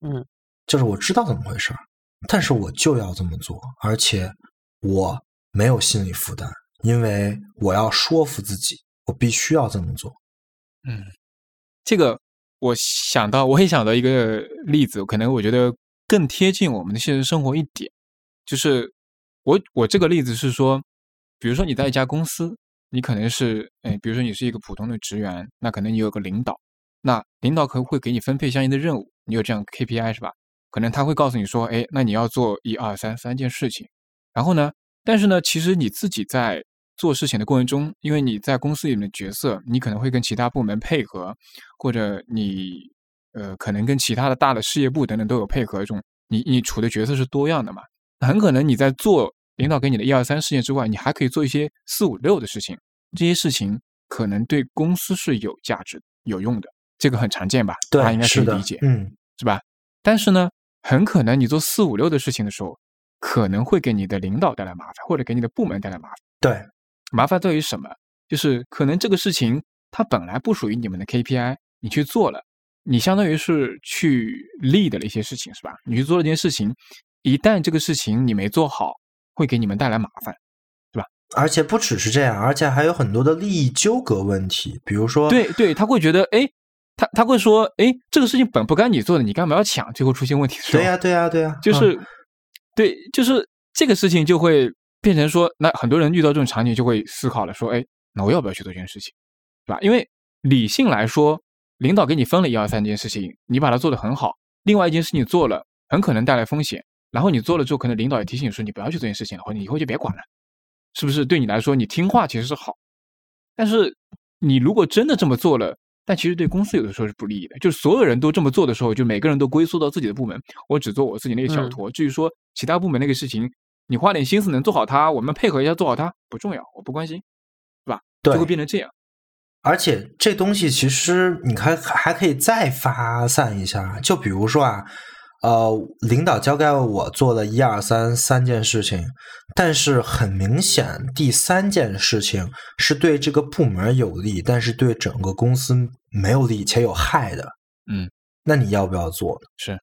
就是我知道怎么回事，但是我就要这么做，而且我没有心理负担，因为我要说服自己，我必须要这么做。 这个我也想到一个例子，可能我觉得更贴近我们的现实生活一点，就是我这个例子是说，比如说你在一家公司，你可能是比如说你是一个普通的职员，那可能你有个领导，那领导可能会给你分配相应的任务，你有这样 KPI 是吧？可能他会告诉你说，那你要做1、2、3件事情，然后呢，但是呢，其实你自己在做事情的过程中，因为你在公司里面的角色，你可能会跟其他部门配合，或者你可能跟其他的大的事业部等等都有配合，这种你处的角色是多样的嘛，很可能你在做领导给你的1、2、3事件之外，你还可以做一些4、5、6的事情，这些事情可能对公司是有价值、有用的，这个很常见吧？ 对， 大家应该可以理解，是吧？但是呢，很可能你做4、5、6的事情的时候，可能会给你的领导带来麻烦，或者给你的部门带来麻烦。 对， 麻烦在于什么？就是可能这个事情它本来不属于你们的 KPI， 你去做了，你相当于是去 lead 了一些事情，是吧？你去做了这件事情，一旦这个事情你没做好，会给你们带来麻烦，对吧？ 而且不只是这样，而且还有很多的利益纠葛问题，比如说， 对，他会觉得，他会说，这个事情本不该你做的，你干嘛要抢？最后出现问题的时候， 对呀， 就是对，就是这个事情就会变成说，那很多人遇到这种场景就会思考了，说，那我要不要去做这件事情，对吧？因为理性来说，领导给你分了1、2、3件事情，你把它做得很好，另外一件事情做了，很可能带来风险，然后你做了之后，可能领导也提醒你说，你不要去做这件事情了，或者你以后就别管了，是不是？对你来说，你听话其实是好，但是你如果真的这么做了，但其实对公司有的时候是不利益的，就是所有人都这么做的时候，就每个人都归宿到自己的部门，我只做我自己那个小坨，至于说其他部门那个事情，你花点心思能做好它，我们配合一下做好它不重要，我不关心，是吧？ 对， 就会变成这样。 而且这东西其实你看还可以再发散一下，就比如说啊，领导交给我做了1、2、3件事情，但是很明显第3件事情是对这个部门有利，但是对整个公司没有利且有害的，那你要不要做呢？ 是。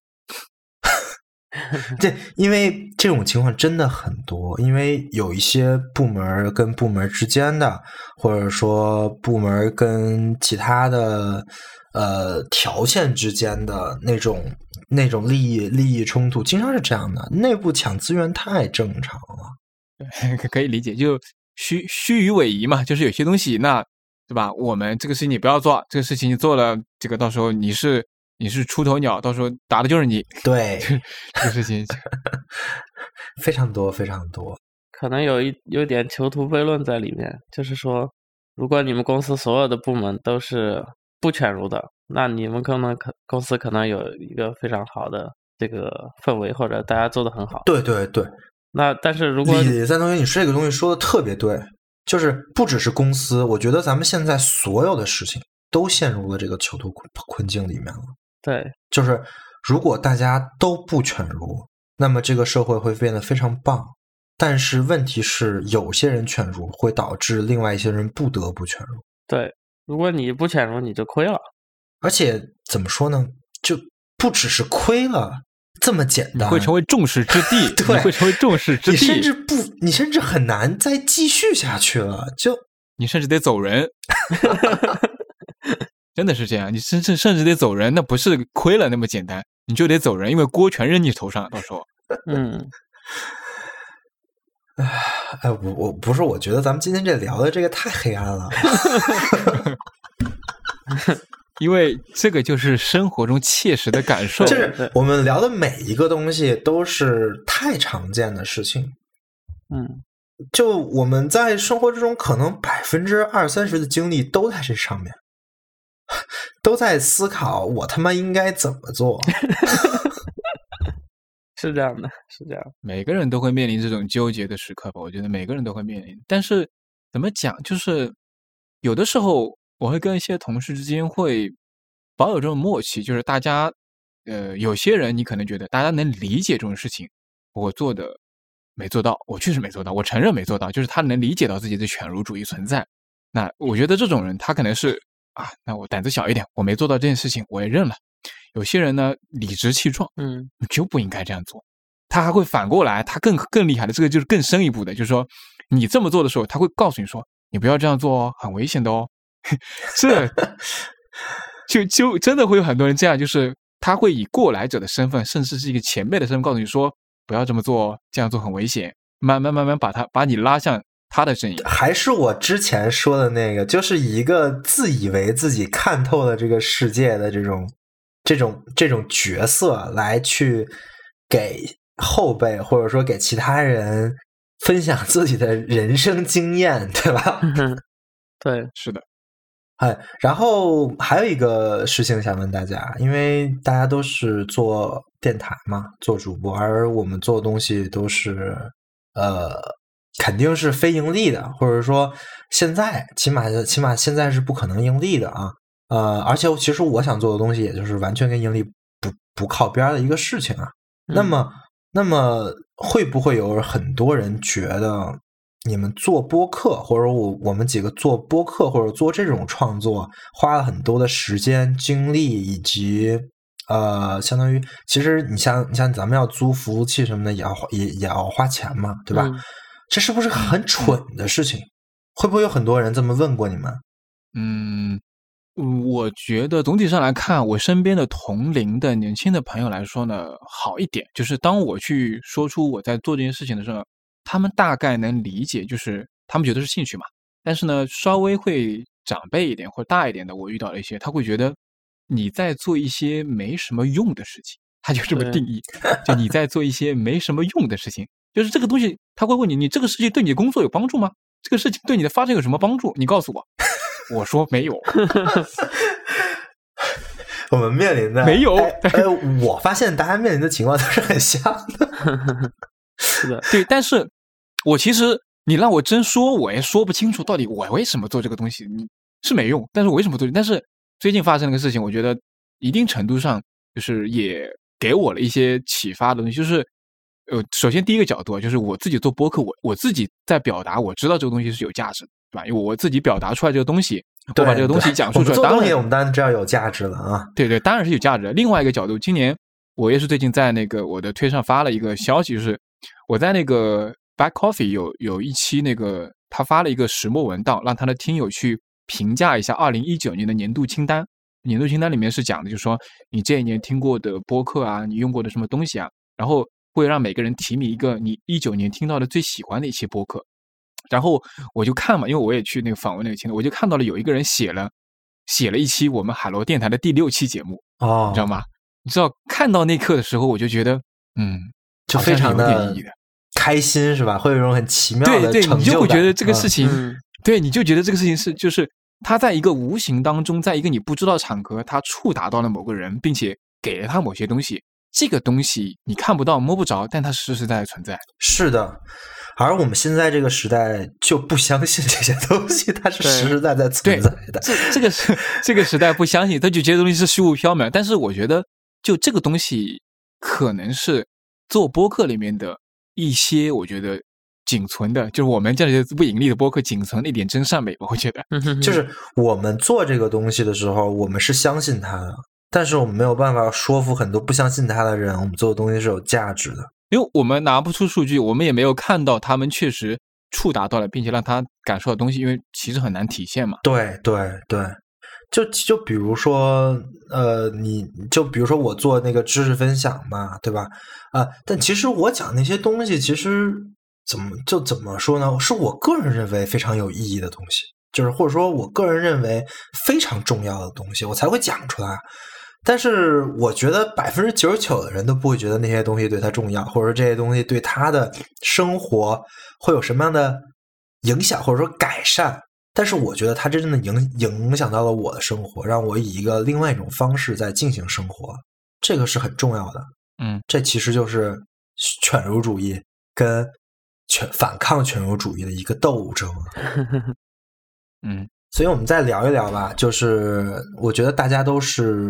对，因为这种情况真的很多，因为有一些部门跟部门之间的，或者说部门跟其他的条线之间的那种利益冲突，经常是这样的。内部抢资源太正常了， 可以理解，就虚与委蛇嘛，就是有些东西，那对吧？我们这个事情你不要做，这个事情你做了，这个到时候你是出头鸟，到时候打的就是你。 对， 这个事情非常多，非常多。 可能有点囚徒悖论在里面，就是说，如果你们公司所有的部门都是不犬儒的，那你们公司可能有一个非常好的这个氛围，或者大家做得很好。 对。 那但是如果李三同学，你这个东西说的特别对，就是不只是公司，我觉得咱们现在所有的事情都陷入了这个囚徒困境里面了。 对， 就是如果大家都不犬儒，那么这个社会会变得非常棒。但是问题是，有些人犬儒会导致另外一些人不得不犬儒。 对，如果你不犬儒，你就亏了。 而且怎么说呢？就不只是亏了这么简单， 你会成为众矢之的。 对， 你会成为众矢之的。 你甚至很难再继续下去了。 你甚至得走人。真的是这样，你甚至得走人，那不是亏了那么简单，你就得走人，因为锅全扔你头上，到时候。 我不是，我觉得咱们今天这聊的这个太黑暗了。 因为这个就是生活中切实的感受， 就是我们聊的每一个东西都是太常见的事情。就我们在生活之中可能20%、30%的精力都在这上面，都在思考我他妈应该怎么做。 是这样的，是这样。 每个人都会面临这种纠结的时刻吧，我觉得每个人都会面临。但是怎么讲，就是有的时候我会跟一些同事之间会保有这种默契，就是大家有些人你可能觉得大家能理解这种事情，我做的没做到，我确实没做到，我承认没做到，就是他能理解到自己的犬儒主义存在。那我觉得这种人他可能是那我胆子小一点，我没做到这件事情我也认了。 有些人呢理直气壮，你就不应该这样做。他还会反过来，他更厉害的，这个就是更深一步的，就是说你这么做的时候，他会告诉你说，你不要这样做哦，很危险的哦。这就真的会有很多人这样，就是他会以过来者的身份，甚至是一个前辈的身份，告诉你说不要这么做，这样做很危险。慢慢把你拉向他的阵营。 还是我之前说的那个，就是一个自以为自己看透了这个世界的这种角色，来去给后辈或者说给其他人分享自己的人生经验，对吧？ 对， 是的。 然后还有一个事情想问大家，因为大家都是做电台嘛，做主播，而我们做的东西都是肯定是非盈利的，或者说现在起码现在是不可能盈利的啊。而且其实我想做的东西，也就是完全跟盈利不靠边的一个事情啊。那么会不会有很多人觉得你们做播客，或者我们几个做播客或者做这种创作，花了很多的时间精力，以及相当于其实你像咱们要租服务器什么的也要花钱嘛，对吧？这是不是很蠢的事情？会不会有很多人这么问过你们？ 我觉得总体上来看，我身边的同龄的年轻的朋友来说呢，好一点，就是当我去说出我在做这件事情的时候，他们大概能理解，就是他们觉得是兴趣嘛。但是呢，稍微会长辈一点或者大一点的，我遇到了一些，他会觉得你在做一些没什么用的事情，他就这么定义，就你在做一些没什么用的事情，就是这个东西，他会问你，你这个事情对你的工作有帮助吗？这个事情对你的发展有什么帮助？你告诉我。我说没有。 我们面临的没有。 我发现大家面临的情况都是很像的。 是的， 对，但是我其实你让我真说，我也说不清楚到底我为什么做这个东西。你是没用，但是我为什么做？但是最近发生了个事情，我觉得一定程度上就是也给我了一些启发的东西，就是首先第一个角度就是我自己做播客，我自己在表达，我知道这个东西是有价值的，对吧？因为我自己表达出来这个东西，我把这个东西讲述出来，当然我们当然知道有价值了啊。 对，当然是有价值的。另外一个角度，今年我也是最近在那个我的推上发了一个消息，就是我在那个 Back Coffee 有一期那个他发了一个石墨文档，让他的听友去评价一下2019年的年度清单。年度清单里面是讲的，就是说你这一年听过的播客啊，你用过的什么东西啊，然后会让每个人提名一个你19年听到的最喜欢的一期播客。然后我就看嘛，因为我也去那个访问那个清单，我就看到了有一个人写了一期我们海螺电台的第6期节目，你知道吗？你知道看到那刻的时候，我就觉得就非常的有点意义的开心，是吧？会有一种很奇妙的成就感。 对，你就会觉得这个事情，对，你就觉得这个事情是就是他在一个无形当中，在一个你不知道场合，他触达到了某个人，并且给了他某些东西。这个东西你看不到摸不着，但它实实在在存在。 是的，而我们现在这个时代就不相信这些东西，它是实实在在存在的。 这个时代不相信，他就觉得东西是虚无缥缈。但是我觉得，就这个东西可能是做播客里面的一些，我觉得仅存的，就是我们这些不盈利的播客仅存的一点真善美吧。我觉得， 就是我们做这个东西的时候，我们是相信它的。但是我们没有办法说服很多不相信他的人，我们做的东西是有价值的， 因为我们拿不出数据，我们也没有看到他们确实触达到了，并且让他感受到东西，因为其实很难体现嘛。 对，就比如说，就比如说我做那个知识分享嘛，对吧？但其实我讲那些东西，其实怎么说呢？是我个人认为非常有意义的东西，就是或者说我个人认为非常重要的东西，我才会讲出来。但是我觉得99%的人都不会觉得那些东西对他重要，或者说这些东西对他的生活会有什么样的影响或者说改善。但是我觉得他真正的影响到了我的生活，让我以另外一种方式在进行生活，这个是很重要的。这其实就是犬儒主义跟反抗犬儒主义的一个斗争。所以我们再聊一聊吧，就是我觉得大家都是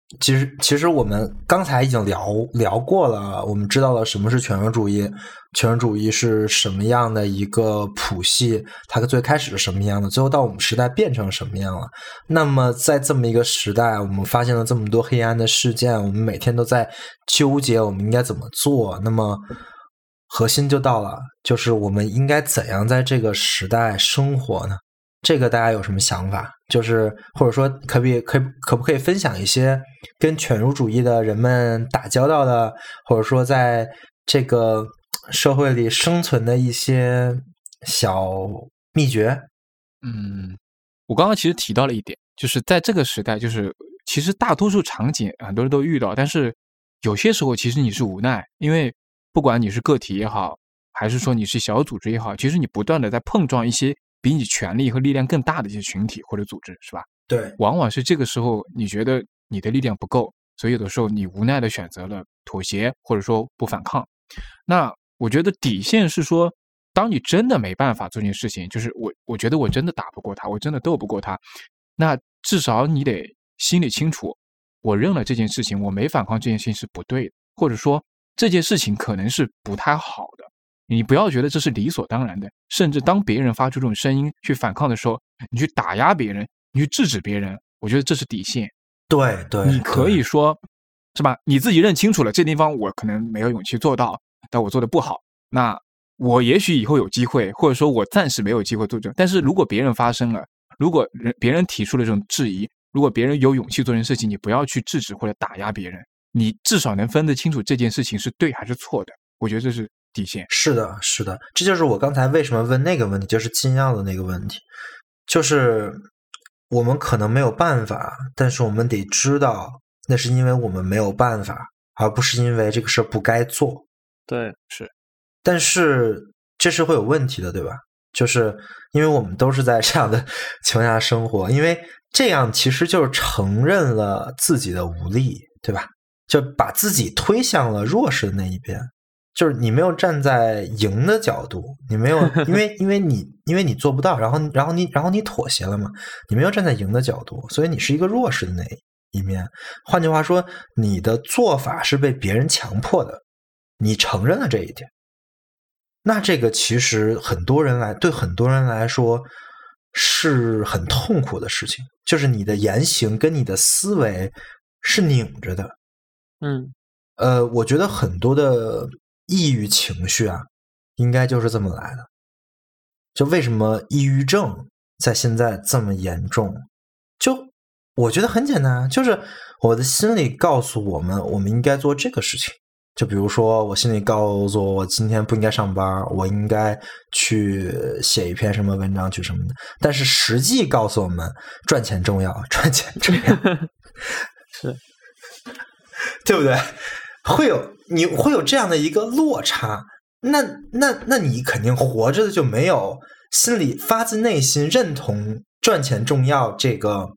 其实我们刚才已经聊过了，我们知道了什么是犬儒主义，犬儒主义是什么样的一个谱系，它最开始是什么样的，最后到我们时代变成什么样了。那么在这么一个时代，我们发现了这么多黑暗的事件，我们每天都在纠结我们应该怎么做。那么核心就到了，就是我们应该怎样在这个时代生活呢？这个大家有什么想法？就是或者说可不可以分享一些跟犬儒主义的人们打交道的，或者说在这个社会里生存的一些小秘诀？ 我刚刚其实提到了一点，就是在这个时代，就是其实大多数场景很多人都遇到，但是有些时候其实你是无奈，因为不管你是个体也好，还是说你是小组织也好，其实你不断的在碰撞一些比你权力和力量更大的一些群体或者组织，是吧？ 对， 往往是这个时候你觉得你的力量不够，所以有的时候你无奈的选择了妥协，或者说不反抗。那我觉得底线是说，当你真的没办法做这件事情，就是我觉得我真的打不过他，我真的斗不过他，那至少你得心里清楚，我认了这件事情，我没反抗这件事情是不对的，或者说这件事情可能是不太好的。你不要觉得这是理所当然的，甚至当别人发出这种声音去反抗的时候，你去打压别人，你去制止别人，我觉得这是底线。 对， 你可以说是吧，你自己认清楚了这地方我可能没有勇气做到，但我做的不好，那我也许以后有机会，或者说我暂时没有机会做这，但是如果别人发生了，如果别人提出了这种质疑，如果别人有勇气做这件事情，你不要去制止或者打压别人，你至少能分得清楚这件事情是对还是错的，我觉得这是底线。 是的，这就是我刚才为什么问那个问题，就是禁药的那个问题，就是我们可能没有办法，但是我们得知道，那是因为我们没有办法，而不是因为这个事不该做。 对， 是， 但是这是会有问题的，对吧？就是因为我们都是在这样的情况下生活，因为这样其实就是承认了自己的无力，对吧？就把自己推向了弱势的那一边。就是你没有站在赢的角度，你没有因为你做不到，然后你妥协了嘛，你没有站在赢的角度，所以你是一个弱势的那一面。换句话说，你的做法是被别人强迫的，你承认了这一点。那这个其实对很多人来说是很痛苦的事情，就是你的言行跟你的思维是拧着的。我觉得很多的抑郁情绪啊，应该就是这么来的。就为什么抑郁症在现在这么严重？就我觉得很简单，就是我的心里告诉我们应该做这个事情。就比如说，我心里告诉我今天不应该上班，我应该去写一篇什么文章去什么的。但是实际告诉我们，赚钱重要，赚钱重要， 是， 对不对？你会有这样的一个落差，那你肯定活着的就没有心里发自内心认同赚钱重要这个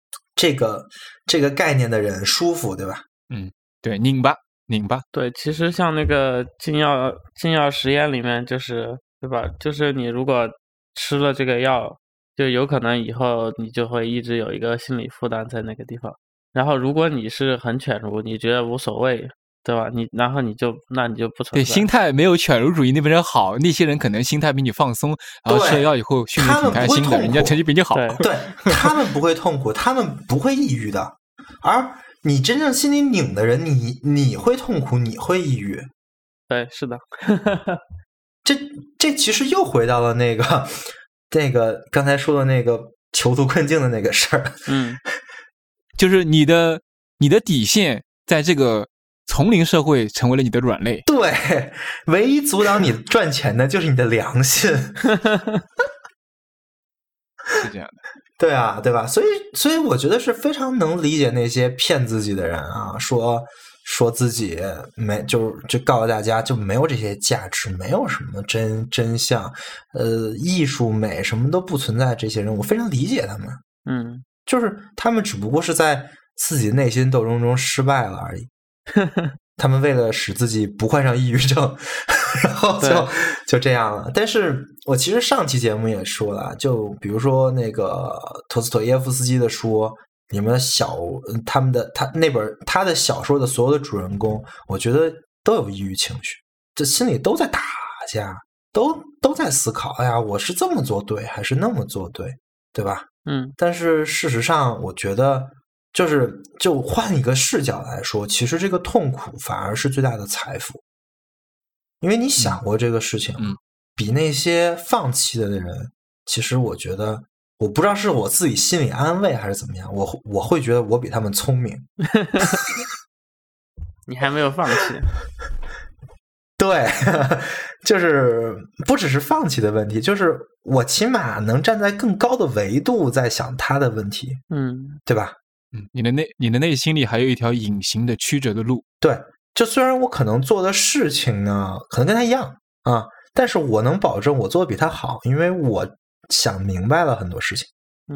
概念的人舒服，对吧？ 对，拧巴。 对，其实像那个禁药实验里面，就是对吧？就是你如果吃了这个药，就有可能以后你就会一直有一个心理负担在那个地方。然后如果你是很犬儒，你觉得无所谓，对吧？然后你就不存在。 对，心态没有犬儒主义那边人好，那些人可能心态比你放松，然后吃了药以后训练挺开心的，人家成绩比你好。 对，他们不会痛苦，他们不会抑郁的，而你真正心里拧的人，你会痛苦，你会抑郁。 对，是的。 这其实又回到了那个刚才说的那个囚徒困境的那个事儿。 就是你的底线在这个丛林社会成为了你的软肋。 对，唯一阻挡你赚钱的就是你的良心。 是这样的。 对啊，对吧？所以我觉得是非常能理解那些骗自己的人啊，说自己就告诉大家就没有这些价值，没有什么真相，艺术美什么都不存在。这些人我非常理解他们，就是他们只不过是在自己内心斗争中失败了而已。他们为了使自己不患上抑郁症，然后就这样了。但是我其实上期节目也说了，就比如说那个陀思妥耶夫斯基的书里面的他的小说的所有的主人公，我觉得都有抑郁情绪，这心里都在打架，都在思考，哎呀，我是这么做对还是那么做对，对吧？但是事实上，我觉得就换一个视角来说，其实这个痛苦反而是最大的财富，因为你想过这个事情，比那些放弃的人，其实我觉得，我不知道是我自己心理安慰还是怎么样，我会觉得我比他们聪明。 你还没有放弃。 对，就是不只是放弃的问题，就是我起码能站在更高的维度在想他的问题，对吧？ 你的内心里还有一条隐形的曲折的路。 对，就虽然我可能做的事情呢，可能跟他一样啊，但是我能保证我做的比他好，因为我想明白了很多事情。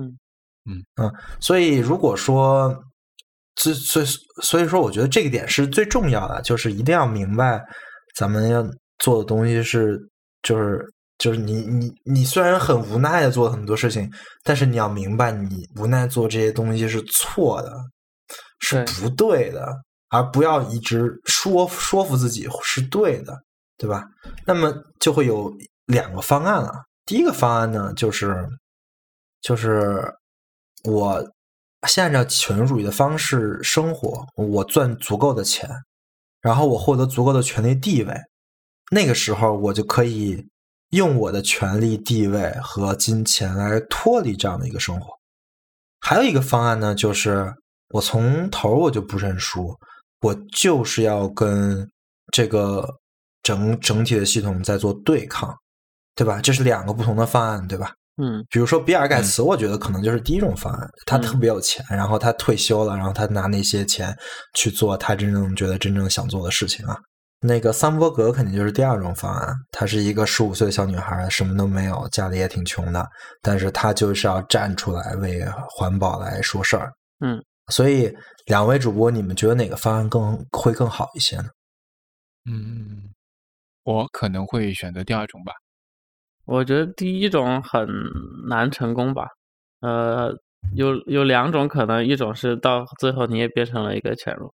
所以如果说，所以说，我觉得这个点是最重要的，就是一定要明白，咱们要做的东西就是你虽然很无奈的做很多事情，但是你要明白，你无奈做这些东西是错的，是不对的，而不要一直说服自己是对的，对吧？那么就会有2个方案了。第一个方案呢，就是我先按照权威主义的方式生活，我赚足够的钱，然后我获得足够的权力地位，那个时候我就可以用我的权力地位和金钱来脱离这样的一个生活。还有一个方案呢，就是我从头我就不认输，我就是要跟这个整体的系统在做对抗，对吧？这是2个不同的方案，对吧？比如说比尔盖茨，我觉得可能就是第一种方案，他特别有钱，然后他退休了，然后他拿那些钱去做他真正想做的事情啊。那个桑伯格肯定就是第2种方案，她是一个15岁的小女孩，什么都没有，家里也挺穷的，但是她就是要站出来为环保来说事儿。所以2位主播，你们觉得哪个方案会更好一些呢？ 我可能会选择第2种吧。 我觉得第一种很难成功吧，有2种可能，一种是到最后你也变成了一个犬儒，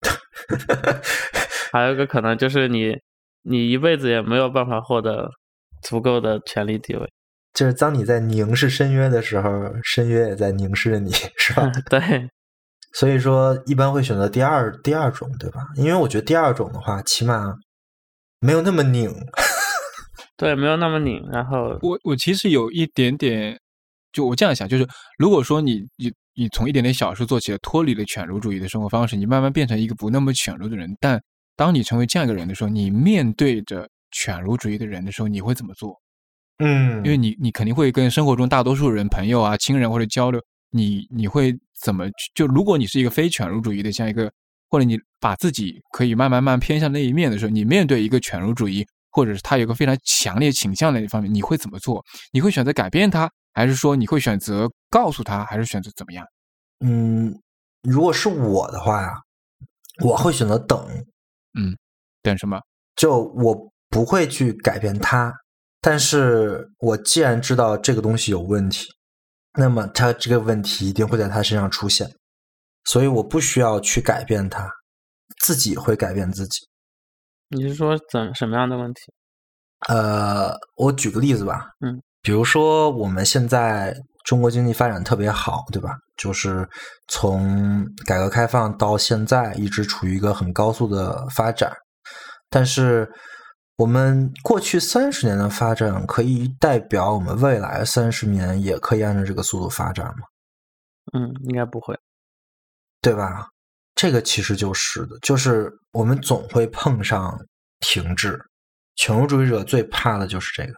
还有一个可能就是你一辈子也没有办法获得足够的权力地位。 就是当你在凝视深渊的时候，深渊也在凝视着你，是吧？ 对。 所以说一般会选择第二种，对吧？因为我觉得第2种的话，起码没有那么拧。 对，没有那么拧。然后我其实有一点点，就我这样想，就是如果说你从一点点小事做起，脱离了犬儒主义的生活方式，你慢慢变成一个不那么犬儒的人，但当你成为这样一个人的时候，你面对着犬儒主义的人的时候，你会怎么做？因为你肯定会跟生活中大多数人、朋友啊、亲人或者交流，你会怎么就如果你是一个非犬儒主义的这样一个，或者你把自己可以慢慢偏向那一面的时候，你面对一个犬儒主义，或者是他有个非常强烈倾向的一方面，你会怎么做？你会选择改变他，还是说你会选择告诉他，还是选择怎么样？ 如果是我的话呀，我会选择等。 等什么？ 就我不会去改变他，但是我既然知道这个东西有问题，那么他这个问题一定会在他身上出现，所以我不需要去改变他，自己会改变自己。 你是说什么样的问题？ 我举个例子吧。比如说我们现在中国经济发展特别好，对吧？就是从改革开放到现在一直处于一个很高速的发展，但是我们过去30年的发展可以代表我们未来30年也可以按照这个速度发展吗？ 应该不会， 对吧？这个其实就是我们总会碰上停滞，犬儒主义者最怕的就是这个。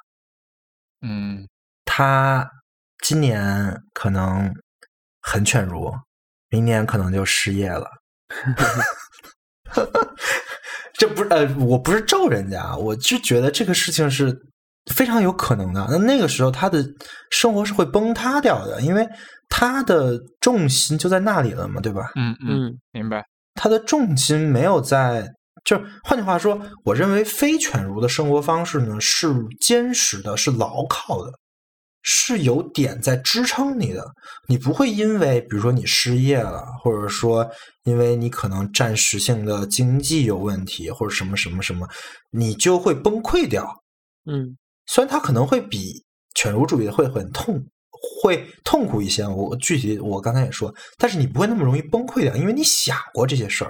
他今年可能很犬儒，明年可能就失业了。这不是我不是咒人家，我是觉得这个事情是非常有可能的。那个时候他的生活是会崩塌掉的，因为他的重心就在那里了嘛，对吧？ 明白。 他的重心没有在，就换句话说，我认为非犬儒的生活方式呢是坚实的，是牢靠的， 是有点在支撑你的，你不会因为比如说你失业了，或者说因为你可能暂时性的经济有问题，或者什么什么什么，你就会崩溃掉。虽然它可能会比犬儒主义会很会痛苦一些，我具体我刚才也说，但是你不会那么容易崩溃掉，因为你想过这些事儿，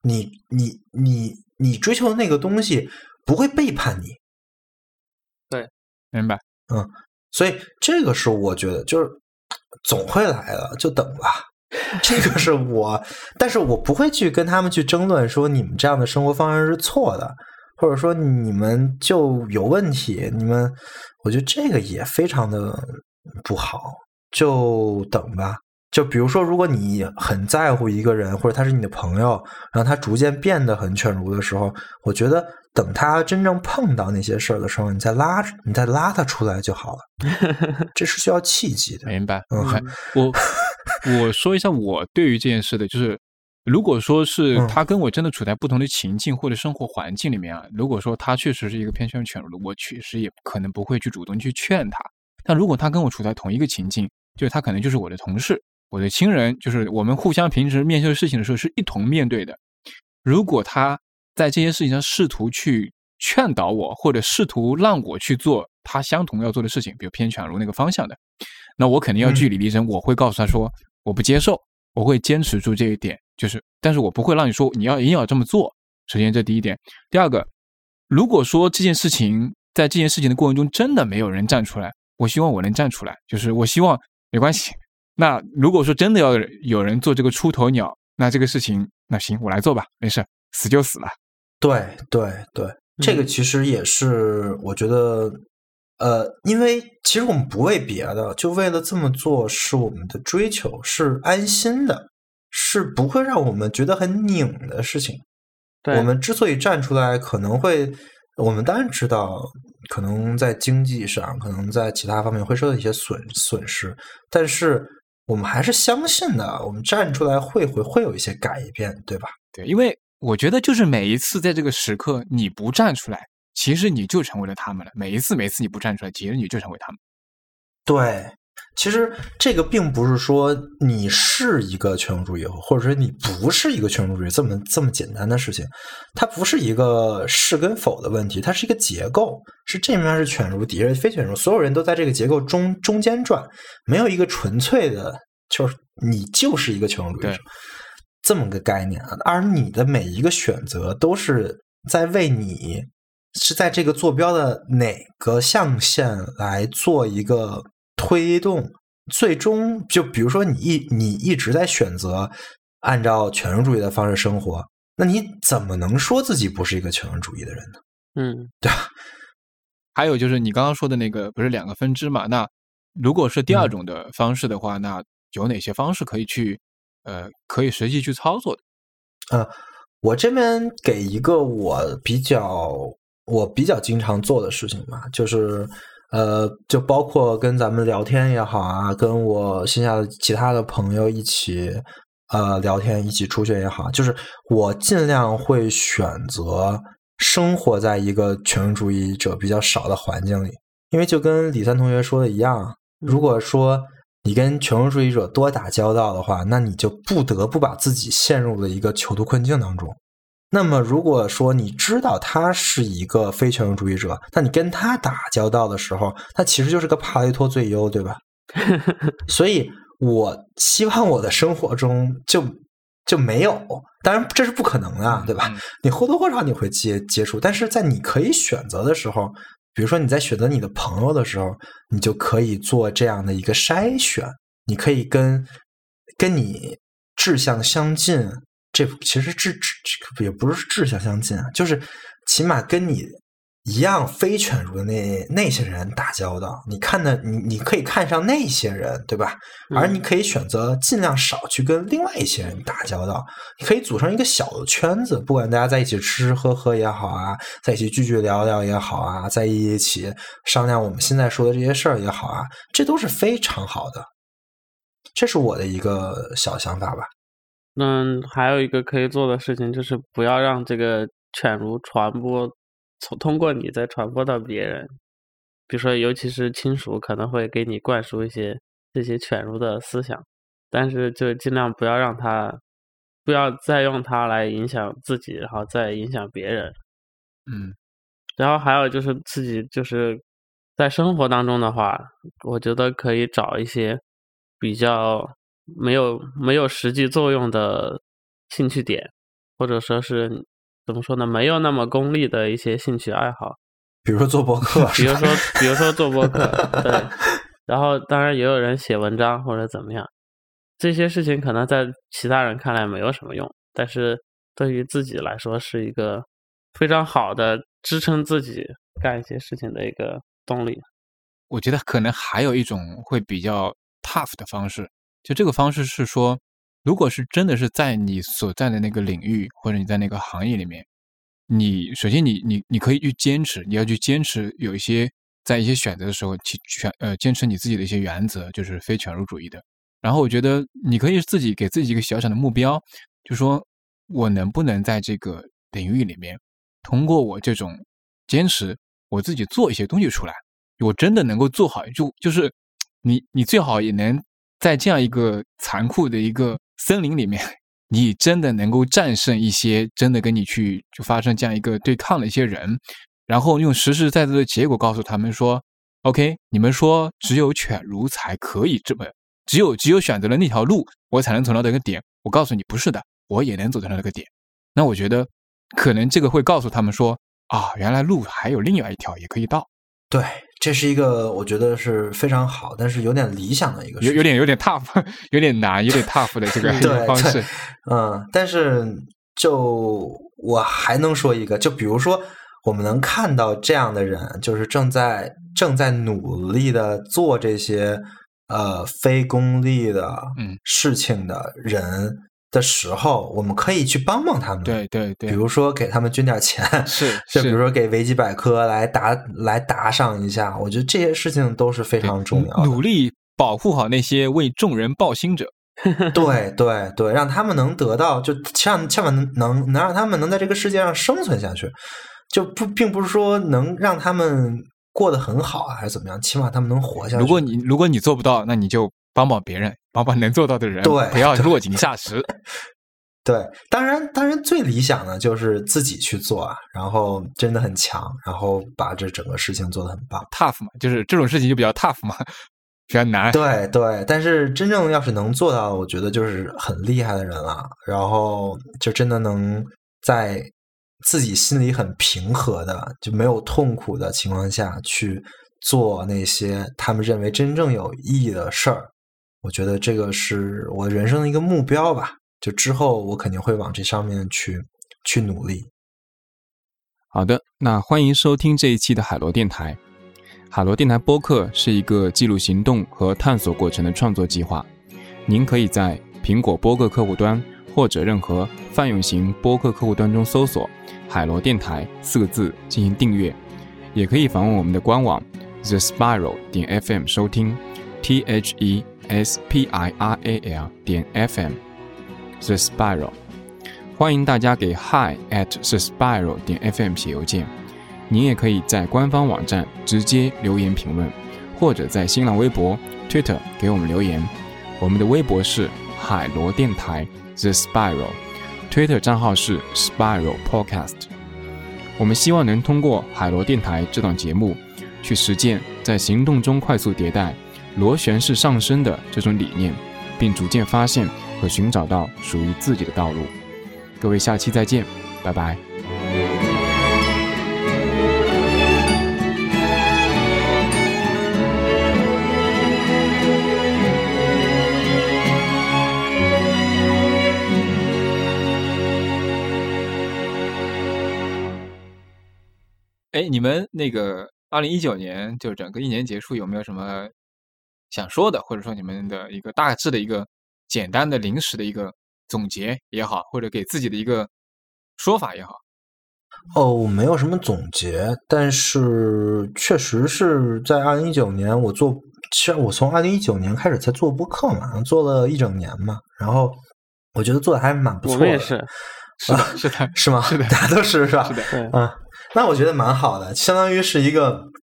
你追求的那个东西不会背叛你。 对， 明白。 所以这个是我觉得就是总会来的，就等吧。这个是我，但是我不会去跟他们去争论说你们这样的生活方式是错的，或者说你们就有问题，我觉得这个也非常的不好，就等吧。就比如说，如果你很在乎一个人，或者他是你的朋友，然后他逐渐变得很犬儒的时候，我觉得等他真正碰到那些事儿的时候，你再拉他出来就好了。这是需要契机的。 明白。我说一下我对于这件事的，就是如果说是他跟我真的处在不同的情境或者生活环境里面啊，如果说他确实是一个偏向犬儒的，我确实也可能不会去主动去劝他。但如果他跟我处在同一个情境，就是他可能就是我的同事、我的亲人，就是我们互相平时面对事情的时候是一同面对的。如果他在这些事情上试图去劝导我，或者试图让我去做他相同要做的事情，比如偏犬儒那个方向的，那我肯定要据理力争，我会告诉他说我不接受，我会坚持住这一点，但是我不会让你说你要一定要这么做。首先这第一点。第二个，如果说在这件事情的过程中真的没有人站出来，我希望我能站出来，就是我希望没关系。那如果说真的要有人做这个出头鸟，那这个事情那行我来做吧，没事，死就死了。 对，这个其实也是我觉得因为其实我们不为别的，就为了这么做是我们的追求，是安心的，是不会让我们觉得很拧的事情。我们之所以站出来，可能会我们当然知道可能在经济上，可能在其他方面会受到一些损失，但是我们还是相信的，我们站出来会有一些改变，对吧？ 对，因为我觉得就是每一次在这个时刻你不站出来，其实你就成为了他们了。每一次你不站出来，其实你就成为他们。 对，其实这个并不是说你是一个犬儒主义，或者说你不是一个犬儒主义这么简单的事情。它不是一个是跟否的问题，它是一个结构，是这面是犬儒，底下是非犬儒，所有人都在这个结构中间转，没有一个纯粹的，就是你就是一个犬儒主义者这么个概念。而你的每一个选择都是在为你是在这个坐标的哪个象限来做一个推动，最终就比如说你一直在选择按照犬儒主义的方式生活，那你怎么能说自己不是一个犬儒主义的人呢？对吧？ 还有就是你刚刚说的那个不是2个分支嘛？那如果是第二种的方式的话，那有哪些方式可以实际去操作的？ 我这边给一个我比较经常做的事情吧，就是就包括跟咱们聊天也好啊，跟我线下的其他的朋友一起聊天，一起出去也好，就是我尽量会选择生活在一个犬儒主义者比较少的环境里，因为就跟李三同学说的一样，如果说你跟犬儒主义者多打交道的话，那你就不得不把自己陷入了一个囚徒困境当中。那么如果说你知道他是一个非犬儒主义者，那你跟他打交道的时候，他其实就是个帕雷托最优，对吧？所以我希望我的生活中就没有，当然这是不可能的，对吧？你或多或少你会接触，但是在你可以选择的时候，比如说你在选择你的朋友的时候，你就可以做这样的一个筛选，你可以跟你志向相近，这其实也不是志向相近啊，就是起码跟你一样非犬儒的那些人打交道，你可以看上那些人，对吧？而你可以选择尽量少去跟另外一些人打交道，你可以组成一个小的圈子，不管大家在一起吃吃喝喝也好啊，在一起聚聚聊聊也好啊，在一起商量我们现在说的这些事儿也好啊，这都是非常好的。这是我的一个小想法吧。 还有一个可以做的事情就是不要让这个犬儒传播通过你再传播到别人。 比如说尤其是亲属可能会给你灌输一些这些犬儒的思想，但是就尽量不要再用它来影响自己，然后再影响别人。然后还有就是自己就是在生活当中的话，我觉得可以找一些比较没有实际作用的兴趣点，或者说是怎么说呢，没有那么功利的一些兴趣爱好， 比如说做播客， 比如说做播客，对。然后当然也有人写文章或者怎么样，这些事情可能在其他人看来没有什么用，但是对于自己来说是一个非常好的支撑自己干一些事情的一个动力。 我觉得可能还有一种会比较 tough 的方式，就这个方式是说，如果是真的是在你所在的那个领域或者你在那个行业里面，你首先你可以去坚持，你要去坚持有一些在一些选择的时候坚持你自己的一些原则，就是非犬儒主义的。然后我觉得你可以自己给自己一个小小的目标，就说我能不能在这个领域里面通过我这种坚持，我自己做一些东西出来，我真的能够做好，就是你最好也能在这样一个残酷的一个森林里面，你真的能够战胜一些真的跟你就发生这样一个对抗的一些人，然后用实实在在的结果告诉他们说 OK， 你们说只有犬儒才可以这么只有选择了那条路我才能走到这个点，我告诉你不是的，我也能走到那个点。那我觉得可能这个会告诉他们说啊，原来路还有另外一条也可以到。 对，这是一个我觉得是非常好，但是有点理想的一个事情， 有点 tough， 有点难，有点 tough 的这个方式。 但是就我还能说一个，就比如说我们能看到这样的人，就是正在努力的做这些非功利的事情的人的时候，我们可以去帮帮他们。 对对对， 比如说给他们捐点钱，就比如说给维基百科来打赏一下，我觉得这些事情都是非常重要的。 努力保护好那些为众人抱薪者。 对对对，让他们能得到，就千万能让他们能在这个世界上生存下去，就并不是说能让他们过得很好啊，还是怎么样，起码他们能活下去。 如果你做不到，那你就帮帮别人，帮帮能做到的人， 对， 不要落井下石。 对，当然最理想的就是自己去做啊，然后真的很强，然后把这整个事情做得很棒。 tough 嘛，就是这种事情就比较 tough 嘛，比较难。 对对，但是真正要是能做到，我觉得就是很厉害的人了。然后就真的能在自己心里很平和的，就没有痛苦的情况下去做那些他们认为真正有意义的事儿。我觉得这个是我人生的一个目标吧。就之后我肯定会往这上面去努力。 好的，那欢迎收听这一期的海螺电台。海螺电台播客是一个记录行动和探索过程的创作计划。您可以在苹果播客客户端或者任何泛用型播客客户端中搜索海螺电台4个字进行订阅，也可以访问我们的官网 thespiral.fm 收听 thespiral.fm The Spiral。 欢迎大家给 hi@thespiral.fm 写邮件，您也可以在官方网站直接留言评论，或者在新浪微博 Twitter 给我们留言。我们的微博是海螺电台 The Spiral， Twitter 账号是 Spiral Podcast。 我们希望能通过海螺电台这档节目去实践在行动中快速迭代、螺旋式上升的这种理念，并逐渐发现和寻找到属于自己的道路。各位下期再见，拜拜。哎，你们那个2019年就整个一年结束，有没有什么想说的，或者说你们的一个大致的一个简单的临时的一个总结也好，或者给自己的一个说法也好？ 没有什么总结，但是确实是在2019年其实我从2019年开始才做播客嘛，做了1整年嘛，然后我觉得做的还蛮不错的。 我们也是。 是的，是的， 是吗？ 是的， 大家都是吧？ 是的， 那我觉得蛮好的，相当于是一个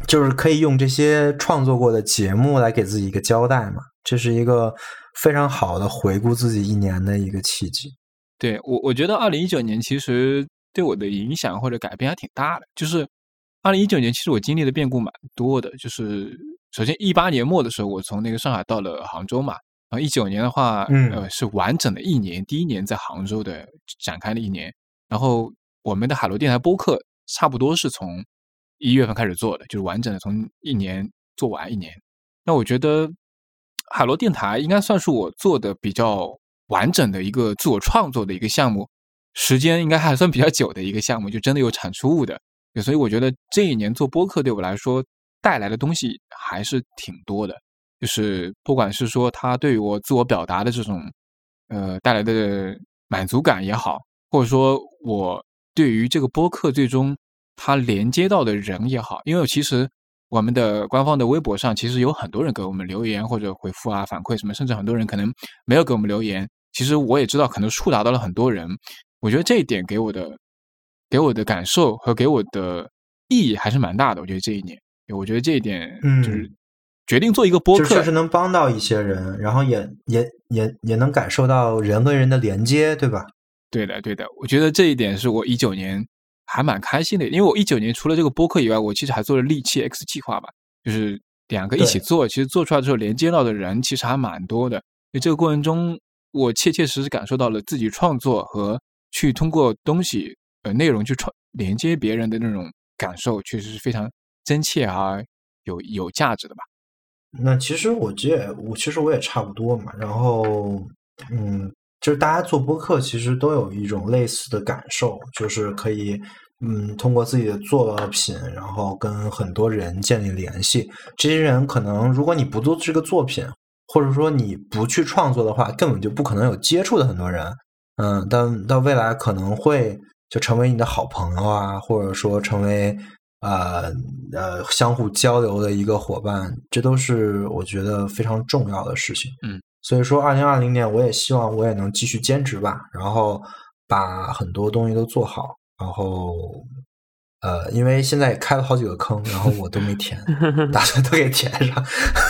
就是可以用这些创作过的节目来给自己一个交代嘛，这是一个非常好的回顾自己一年的一个契机。 对，我觉得2019年其实对我的影响或者改变还挺大的。就是2019年，其实我经历的变故蛮多的。就是首先18年末的时候，我从那个上海到了杭州嘛，然后19年的话，是完整的一年，第一年在杭州的展开的一年。然后我们的海螺电台播客差不多是从1月份开始做的，就是完整的从一年做完一年。那我觉得海螺电台应该算是我做的比较完整的一个自我创作的一个项目，时间应该还算比较久的一个项目，就真的有产出物的。所以我觉得这一年做播客对我来说带来的东西还是挺多的，就是不管是说它对于我自我表达的这种带来的满足感也好，或者说我对于这个播客最终它连接到的人也好，因为其实我们的官方的微博上其实有很多人给我们留言或者回复啊反馈什么，甚至很多人可能没有给我们留言，其实我也知道可能触达到了很多人。我觉得这一点给我的感受和给我的意义还是蛮大的。我觉得这一年，我觉得这一点就是决定做一个播客， 就确实能帮到一些人，然后也能感受到人和人的连接，对吧？ 对的，对的。我觉得这一点是我19年还蛮开心的，因为我19年除了这个播客以外，我其实还做了利器 X 计划吧，就是2个一起做，其实做出来之后连接到的人其实还蛮多的。因为这个过程中，我切切实实感受到了自己创作和去通过东西内容去连接别人的那种感受，确实是非常真切啊，有价值的吧。 那其实我也差不多嘛。然后就是大家做播客其实都有一种类似的感受，就是可以通过自己的作品，然后跟很多人建立联系。这些人可能如果你不做这个作品，或者说你不去创作的话，根本就不可能有接触的很多人。但到未来可能会就成为你的好朋友啊，或者说成为相互交流的一个伙伴，这都是我觉得非常重要的事情。所以说2020年我也希望我也能继续坚持吧，然后把很多东西都做好，然后因为现在也开了好几个坑，然后我都没填，打算都给填上。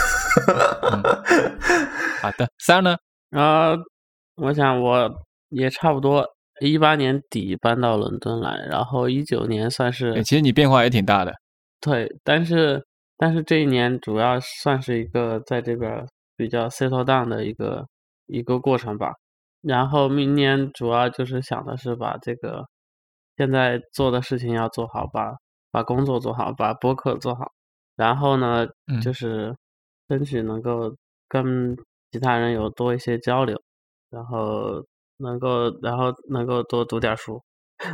好的，3呢？ 我想我也差不多18年底搬到伦敦来，然后19年算是其实你变化也挺大的。 对，但是这一年主要算是一个在这边比较 settle down 的一个过程吧。然后明年主要就是想的是把这个现在做的事情要做好，把工作做好，把播客做好，然后呢就是争取能够跟其他人有多一些交流，然后能够多读点书。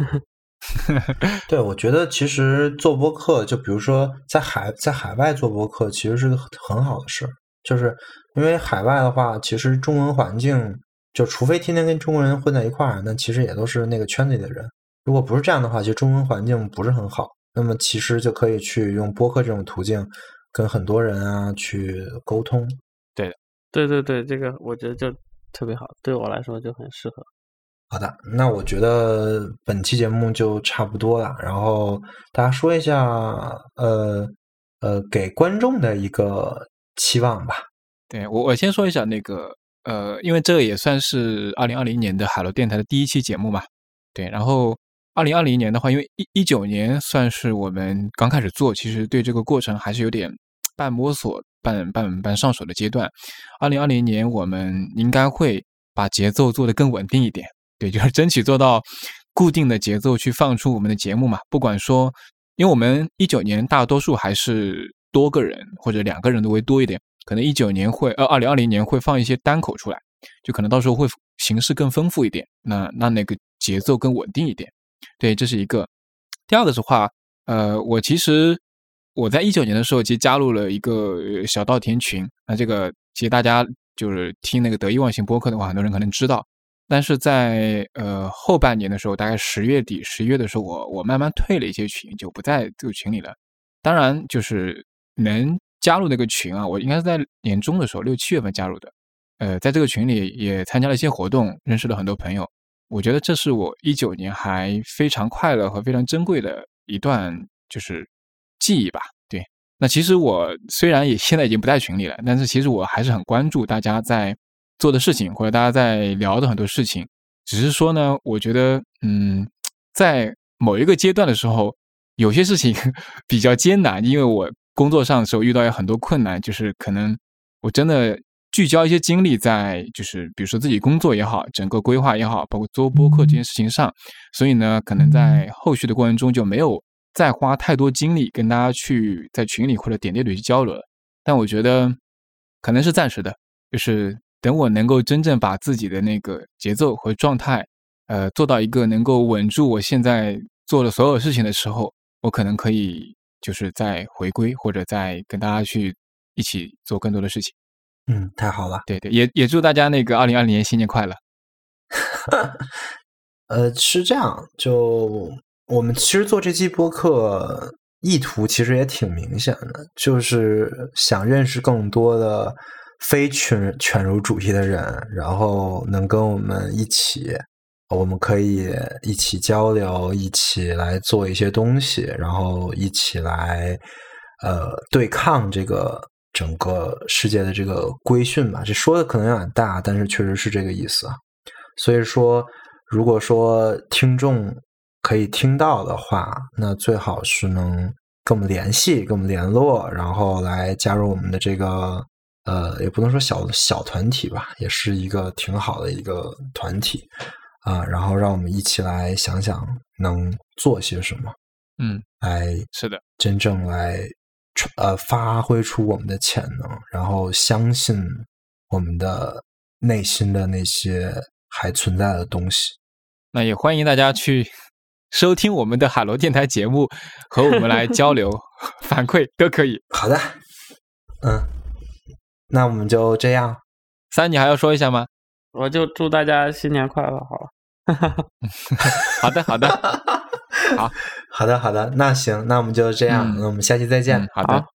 对，我觉得其实做播客，就比如说在海外做播客，其实是个很好的事儿。就是因为海外的话，其实中文环境，就除非天天跟中国人混在一块儿，那其实也都是那个圈子里的人。如果不是这样的话，其实中文环境不是很好。那么其实就可以去用播客这种途径，跟很多人啊去沟通。 对的， 对，这个我觉得就特别好，对我来说就很适合。 好的，那我觉得本期节目就差不多了。然后大家说一下，给观众的一个期望吧。 对，我先说一下那个，因为这个也算是2020年的海螺电台的第一期节目嘛。对，然后2020年的话，因为19年算是我们刚开始做，其实对这个过程还是有点半摸索、半上手的阶段。2020年我们应该会把节奏做得更稳定一点。对，就是争取做到固定的节奏去放出我们的节目嘛。不管说，因为我们19年大多数还是多个人或者2个人都会多一点，可能2020年会放一些单口出来，就可能到时候会形式更丰富一点，那个节奏更稳定一点。对，这是一个。第二个的话，我在19年的时候其实加入了一个小稻田群，那这个其实大家就是听那个得意忘形播客的话，很多人可能知道。但是在后半年的时候，大概10月底、11月的时候，我慢慢退了一些群，就不在这个群里了。当然，就是能加入那个群啊，我应该是在年中的时候，6、7月份加入的。在这个群里也参加了一些活动，认识了很多朋友。我觉得这是我19年还非常快乐和非常珍贵的一段就是记忆吧。对， 那其实我虽然现在已经不在群里了，但是其实我还是很关注大家在做的事情，或者大家在聊的很多事情。只是说呢，我觉得在某一个阶段的时候，有些事情比较艰难，因为我工作上的时候遇到有很多困难，就是可能我真的聚焦一些精力在就是比如说自己工作也好，整个规划也好，包括做播客这件事情上，所以呢，可能在后续的过程中就没有再花太多精力跟大家去在群里或者点滴里去交流了。但我觉得可能是暂时的，就是等我能够真正把自己的那个节奏和状态做到一个能够稳住我现在做的所有事情的时候，我可能可以就是再回归，或者再跟大家去一起做更多的事情。 太好了。 对对，也祝大家那个2020年新年快乐。 是这样，就我们其实做这期播客意图其实也挺明显的，就是想认识更多的非犬儒主义的人，然后能跟我们一起，我们可以一起交流，一起来做一些东西，然后一起来对抗这个整个世界的这个规训吧。这说的可能有点大，但是确实是这个意思啊。所以说，如果说听众可以听到的话，那最好是能跟我们联系，跟我们联络，然后来加入我们的这个也不能说小团体吧，也是一个挺好的一个团体啊。然后让我们一起来想想能做些什么，来是的， 真正来发挥出我们的潜能，然后相信我们的内心的那些还存在的东西。 那也欢迎大家去收听我们的海螺电台节目，和我们来交流反馈都可以。 好的，那我们就这样。 三，你还要说一下吗？ 我就祝大家新年快乐好了。 好的好的好好的，那行，那我们就这样，那我们下期再见。 好的。